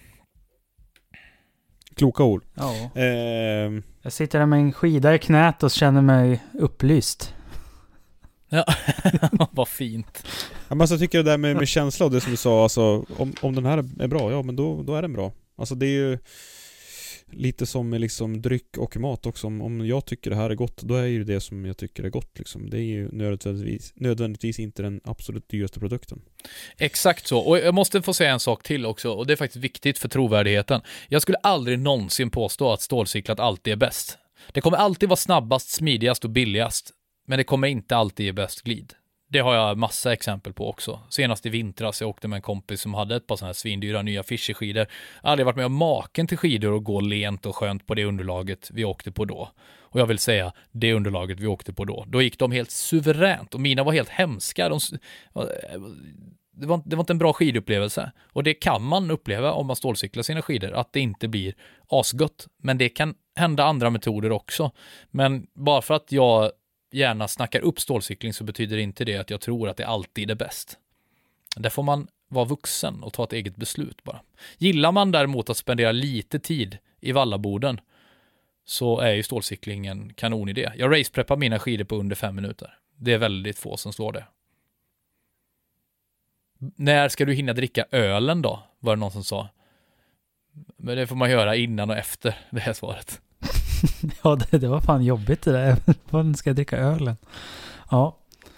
Kloka ord. Ja. Eh. Jag sitter där med en skida i knät och känner mig upplyst. Ja, vad fint. Ja, men alltså, jag tycker det där med, med känsla och det som du sa, alltså, om, om den här är bra, ja men då, då är den bra. Alltså det är ju lite som med liksom dryck och mat också. Om jag tycker det här är gott, då är ju det som jag tycker är gott liksom. Det är ju nödvändigtvis, nödvändigtvis inte den absolut dyraste produkten. Exakt så. Och jag måste få säga en sak till också, och det är faktiskt viktigt för trovärdigheten. Jag skulle aldrig någonsin påstå att stålcyklat alltid är bäst. Det kommer alltid vara snabbast, smidigast och billigast, men det kommer inte alltid ge bäst glid. Det har jag massa exempel på också. Senast i vintras jag åkte med en kompis som hade ett par sådana här svindyra nya Fischer-skidor. Jag hade aldrig varit med om maken till skidor och gå lent och skönt på det underlaget vi åkte på då. Och jag vill säga, det underlaget vi åkte på då. Då gick de helt suveränt och mina var helt hemska. De, det, var, det var inte en bra skidupplevelse. Och det kan man uppleva om man stålcyklar sina skidor, att det inte blir asgött. Men det kan hända andra metoder också. Men bara för att jag gärna snackar upp stålcykling så betyder inte det att jag tror att det alltid är bäst. Där får man vara vuxen och ta ett eget beslut bara. Gillar man däremot att spendera lite tid i vallaboden så är ju stålcykling en kanonidé. Jag racepreppar mina skidor på under fem minuter. Det är väldigt få som slår det. När ska du hinna dricka ölen då? Var det någon som sa. Men det får man göra innan och efter det här svaret. Ja, det, det var fan jobbigt det där. Vad ska jag dricka ölen? Ja.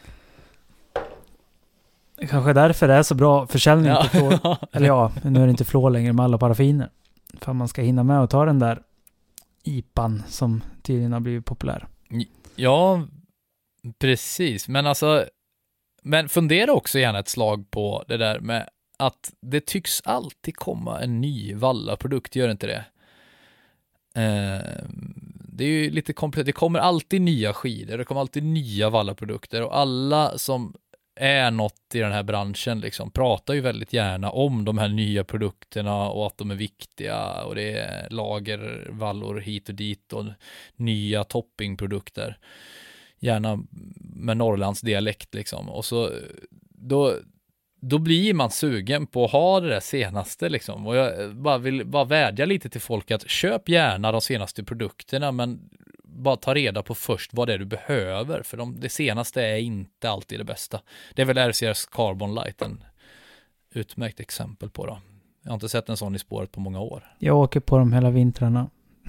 Kanske därför det är så bra försäljning ja. på flår. Eller ja, nu är det inte flår längre med alla paraffiner. För man ska hinna med att ta den där I P A som tydligen har blivit populär. Ja, precis. Men alltså, men fundera också gärna ett slag på det där med att det tycks alltid komma en ny vallaprodukt, gör inte det? Eh, det är ju lite komplett. Det kommer alltid nya skidor, det kommer alltid nya vallaprodukter och alla som är något i den här branschen liksom, pratar ju väldigt gärna om de här nya produkterna och att de är viktiga och det är lagervallor hit och dit och nya toppingprodukter. Gärna med Norrlands dialekt liksom. Och så då, då blir man sugen på att ha det där senaste liksom. Och jag bara vill bara vädja lite till folk att köp gärna de senaste produkterna, men bara ta reda på först vad det är du behöver, för de, det senaste är inte alltid det bästa. Det är väl R C R's Carbon Light en utmärkt exempel på då. Jag har inte sett en sån i spåret på många år. Jag åker på dem hela vintrarna.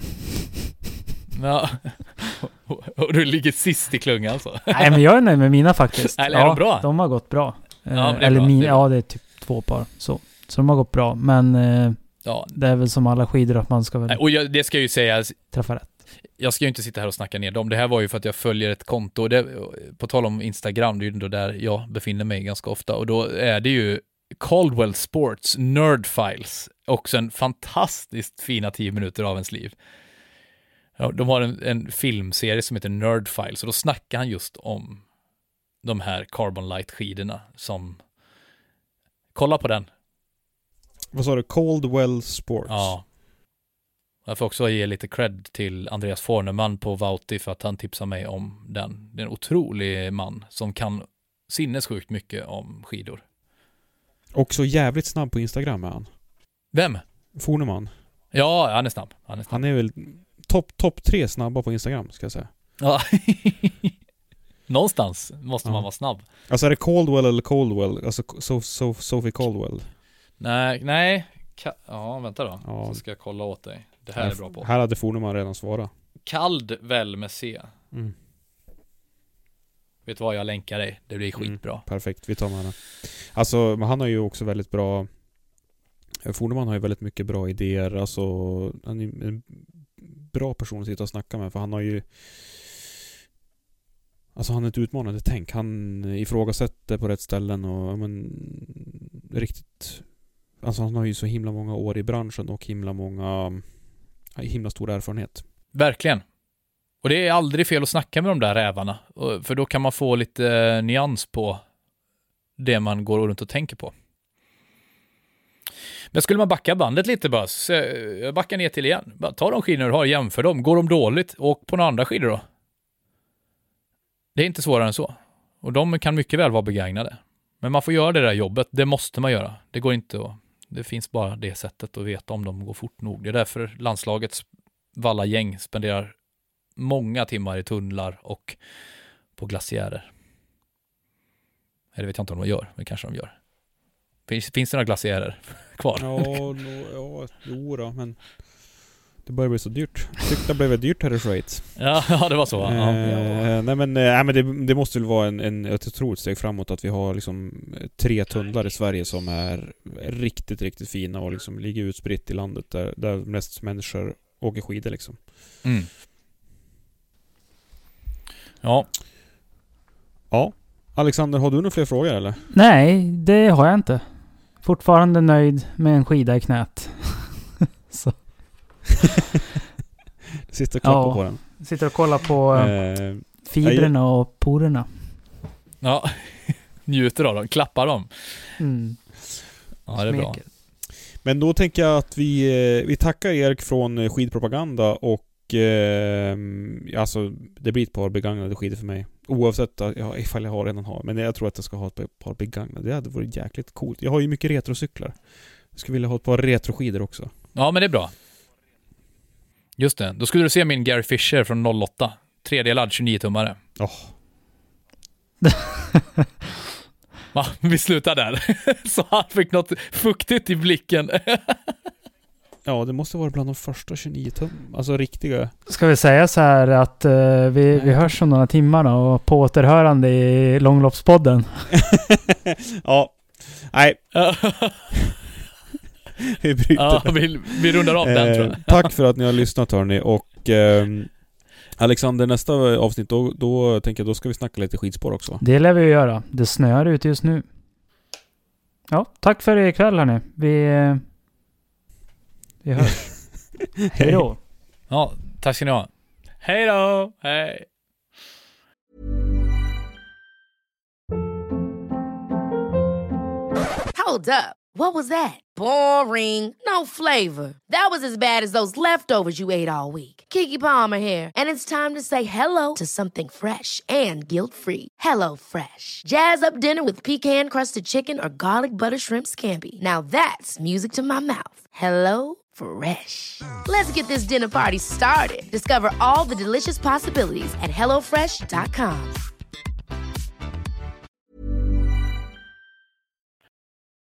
Ja. Och du ligger sist i klungan alltså. Nej, men jag är nöjd med mina faktiskt. Eller är ja, de bra? De har gått bra. Ja, det Eller bra. min, det ja, det är typ två par. Så, så de har gått bra. Men eh, ja. det är väl som alla skidor att man ska väl Och jag, det ska jag ju säga, träffa rätt. jag ska ju inte sitta här och snacka ner dem. Det här var ju för att jag följer ett konto. Det, på tal om Instagram, det är ju ändå där jag befinner mig ganska ofta. Och då är det ju Caldwell Sports Nerd Files. Också en fantastiskt fina tio minuter av ens liv. Ja, de har en, en filmserie som heter Nerd Files. Och då snackar han just om de här Carbon Light-skidorna som... Kolla på den. Vad sa du? Caldwell Sports? Ja. Jag får också ge lite cred till Andreas Forneman på Vauti för att han tipsar mig om den. Det är en otrolig man som kan sinnessjukt mycket om skidor. Också jävligt snabb på Instagram är han. Vem? Forneman. Ja, han är snabb. Han är, snabb. Han är väl topp top tre snabba på Instagram, ska jag säga. Ja. Någonstans måste ja. man vara snabb. Alltså är det Caldwell eller Caldwell? Alltså so, so, Sophie Caldwell? Nej, nej. Ka- ja, vänta då. Ja. Så ska jag kolla åt dig. Det här, här är bra på. Här hade Forneman redan svarat. Caldwell med C. Mm. Vet du vad, jag länkar dig. Det blir skitbra. Mm, perfekt, vi tar med henne. Alltså, men han har ju också väldigt bra... Forneman har ju väldigt mycket bra idéer. Alltså, han är en bra person att sitta och snacka med. För han har ju... Alltså han är ett utmanande tänk. Han ifrågasätter på rätt ställen och men, riktigt... Alltså han har ju så himla många år i branschen och himla många... himla stor erfarenhet. Verkligen. Och det är aldrig fel att snacka med de där rävarna. För då kan man få lite nyans på det man går runt och tänker på. Men skulle man backa bandet lite bara, så jag backar ner till igen. Bara ta de skidor du har, jämför dem. Går de dåligt, åk på några andra skidor då. Det är inte svårare än så. Och de kan mycket väl vara begagnade. Men man får göra det där jobbet, det måste man göra. Det går inte att... Det finns bara det sättet att veta om de går fort nog. Det är därför landslagets valla gäng spenderar många timmar i tunnlar och på glaciärer. Eller vet jag inte om de gör, men kanske de gör. Finns, finns det några glaciärer kvar? Ja, no, ja, jo då, men det börjar bli så dyrt. Tyckte det blev dyrt här i Schweiz. Ja, ja, det var så. Eh, ja. Nej men, nej, men det, det måste väl vara en, en, ett otroligt steg framåt att vi har liksom tre tunnlar i Sverige som är riktigt, riktigt fina och liksom ligger utspritt i landet där, där mest människor åker skidor liksom. Mm. Ja. Ja. Alexander, har du några fler frågor eller? Nej, det har jag inte. Fortfarande nöjd med en skida i knät. Så. Sitter och klappar ja, på den. Sitter och kollar på eh, fibrerna jag... och porerna. Ja, njuter av dem, klappar dem. Mm. Ja, det är bra. Men då tänker jag att vi, vi tackar Erik från Skidpropaganda och eh, alltså det blir ett par begagnade skidor för mig. Oavsett ja, ifall jag har redan har. Men jag tror att jag ska ha ett par begagnade. Det hade varit jäkligt coolt. Jag har ju mycket retrocyklar. Jag skulle vilja ha ett par retroskidor också. Ja, men det är bra. Just det. Då skulle du se min Gary Fisher från noll åtta. Tredelad tjugonio-tummare. Åh. Oh. Va? Vi slutar där. Så han fick något fuktigt i blicken. Ja, det måste vara bland de första tjugonio tum. Alltså riktiga. Ska vi säga så här att uh, vi, vi hörs om några timmar då, och på återhörande i Långloppspodden. Ja. Nej. vi bryter. Ja, vi, vi rundar av den, eh, tror jag. Tack för att ni har lyssnat, hörni. Och eh, Alexander, nästa avsnitt då, då tänker jag då ska vi snacka lite skidspår också. Det lär vi göra. Det snöar ut just nu. Ja, tack för ikväll, hörni. Vi... Eh, Vi hörs. Hej då. Ja, tack ska ni ha. Hej då. Hej. Hold up. What was that? Boring. No flavor. That was as bad as those leftovers you ate all week. Keke Palmer here, and it's time to say hello to something fresh and guilt-free. Hello Fresh. Jazz up dinner with pecan-crusted chicken or garlic butter shrimp scampi. Now that's music to my mouth. Hello Fresh. Let's get this dinner party started. Discover all the delicious possibilities at hello fresh dot com.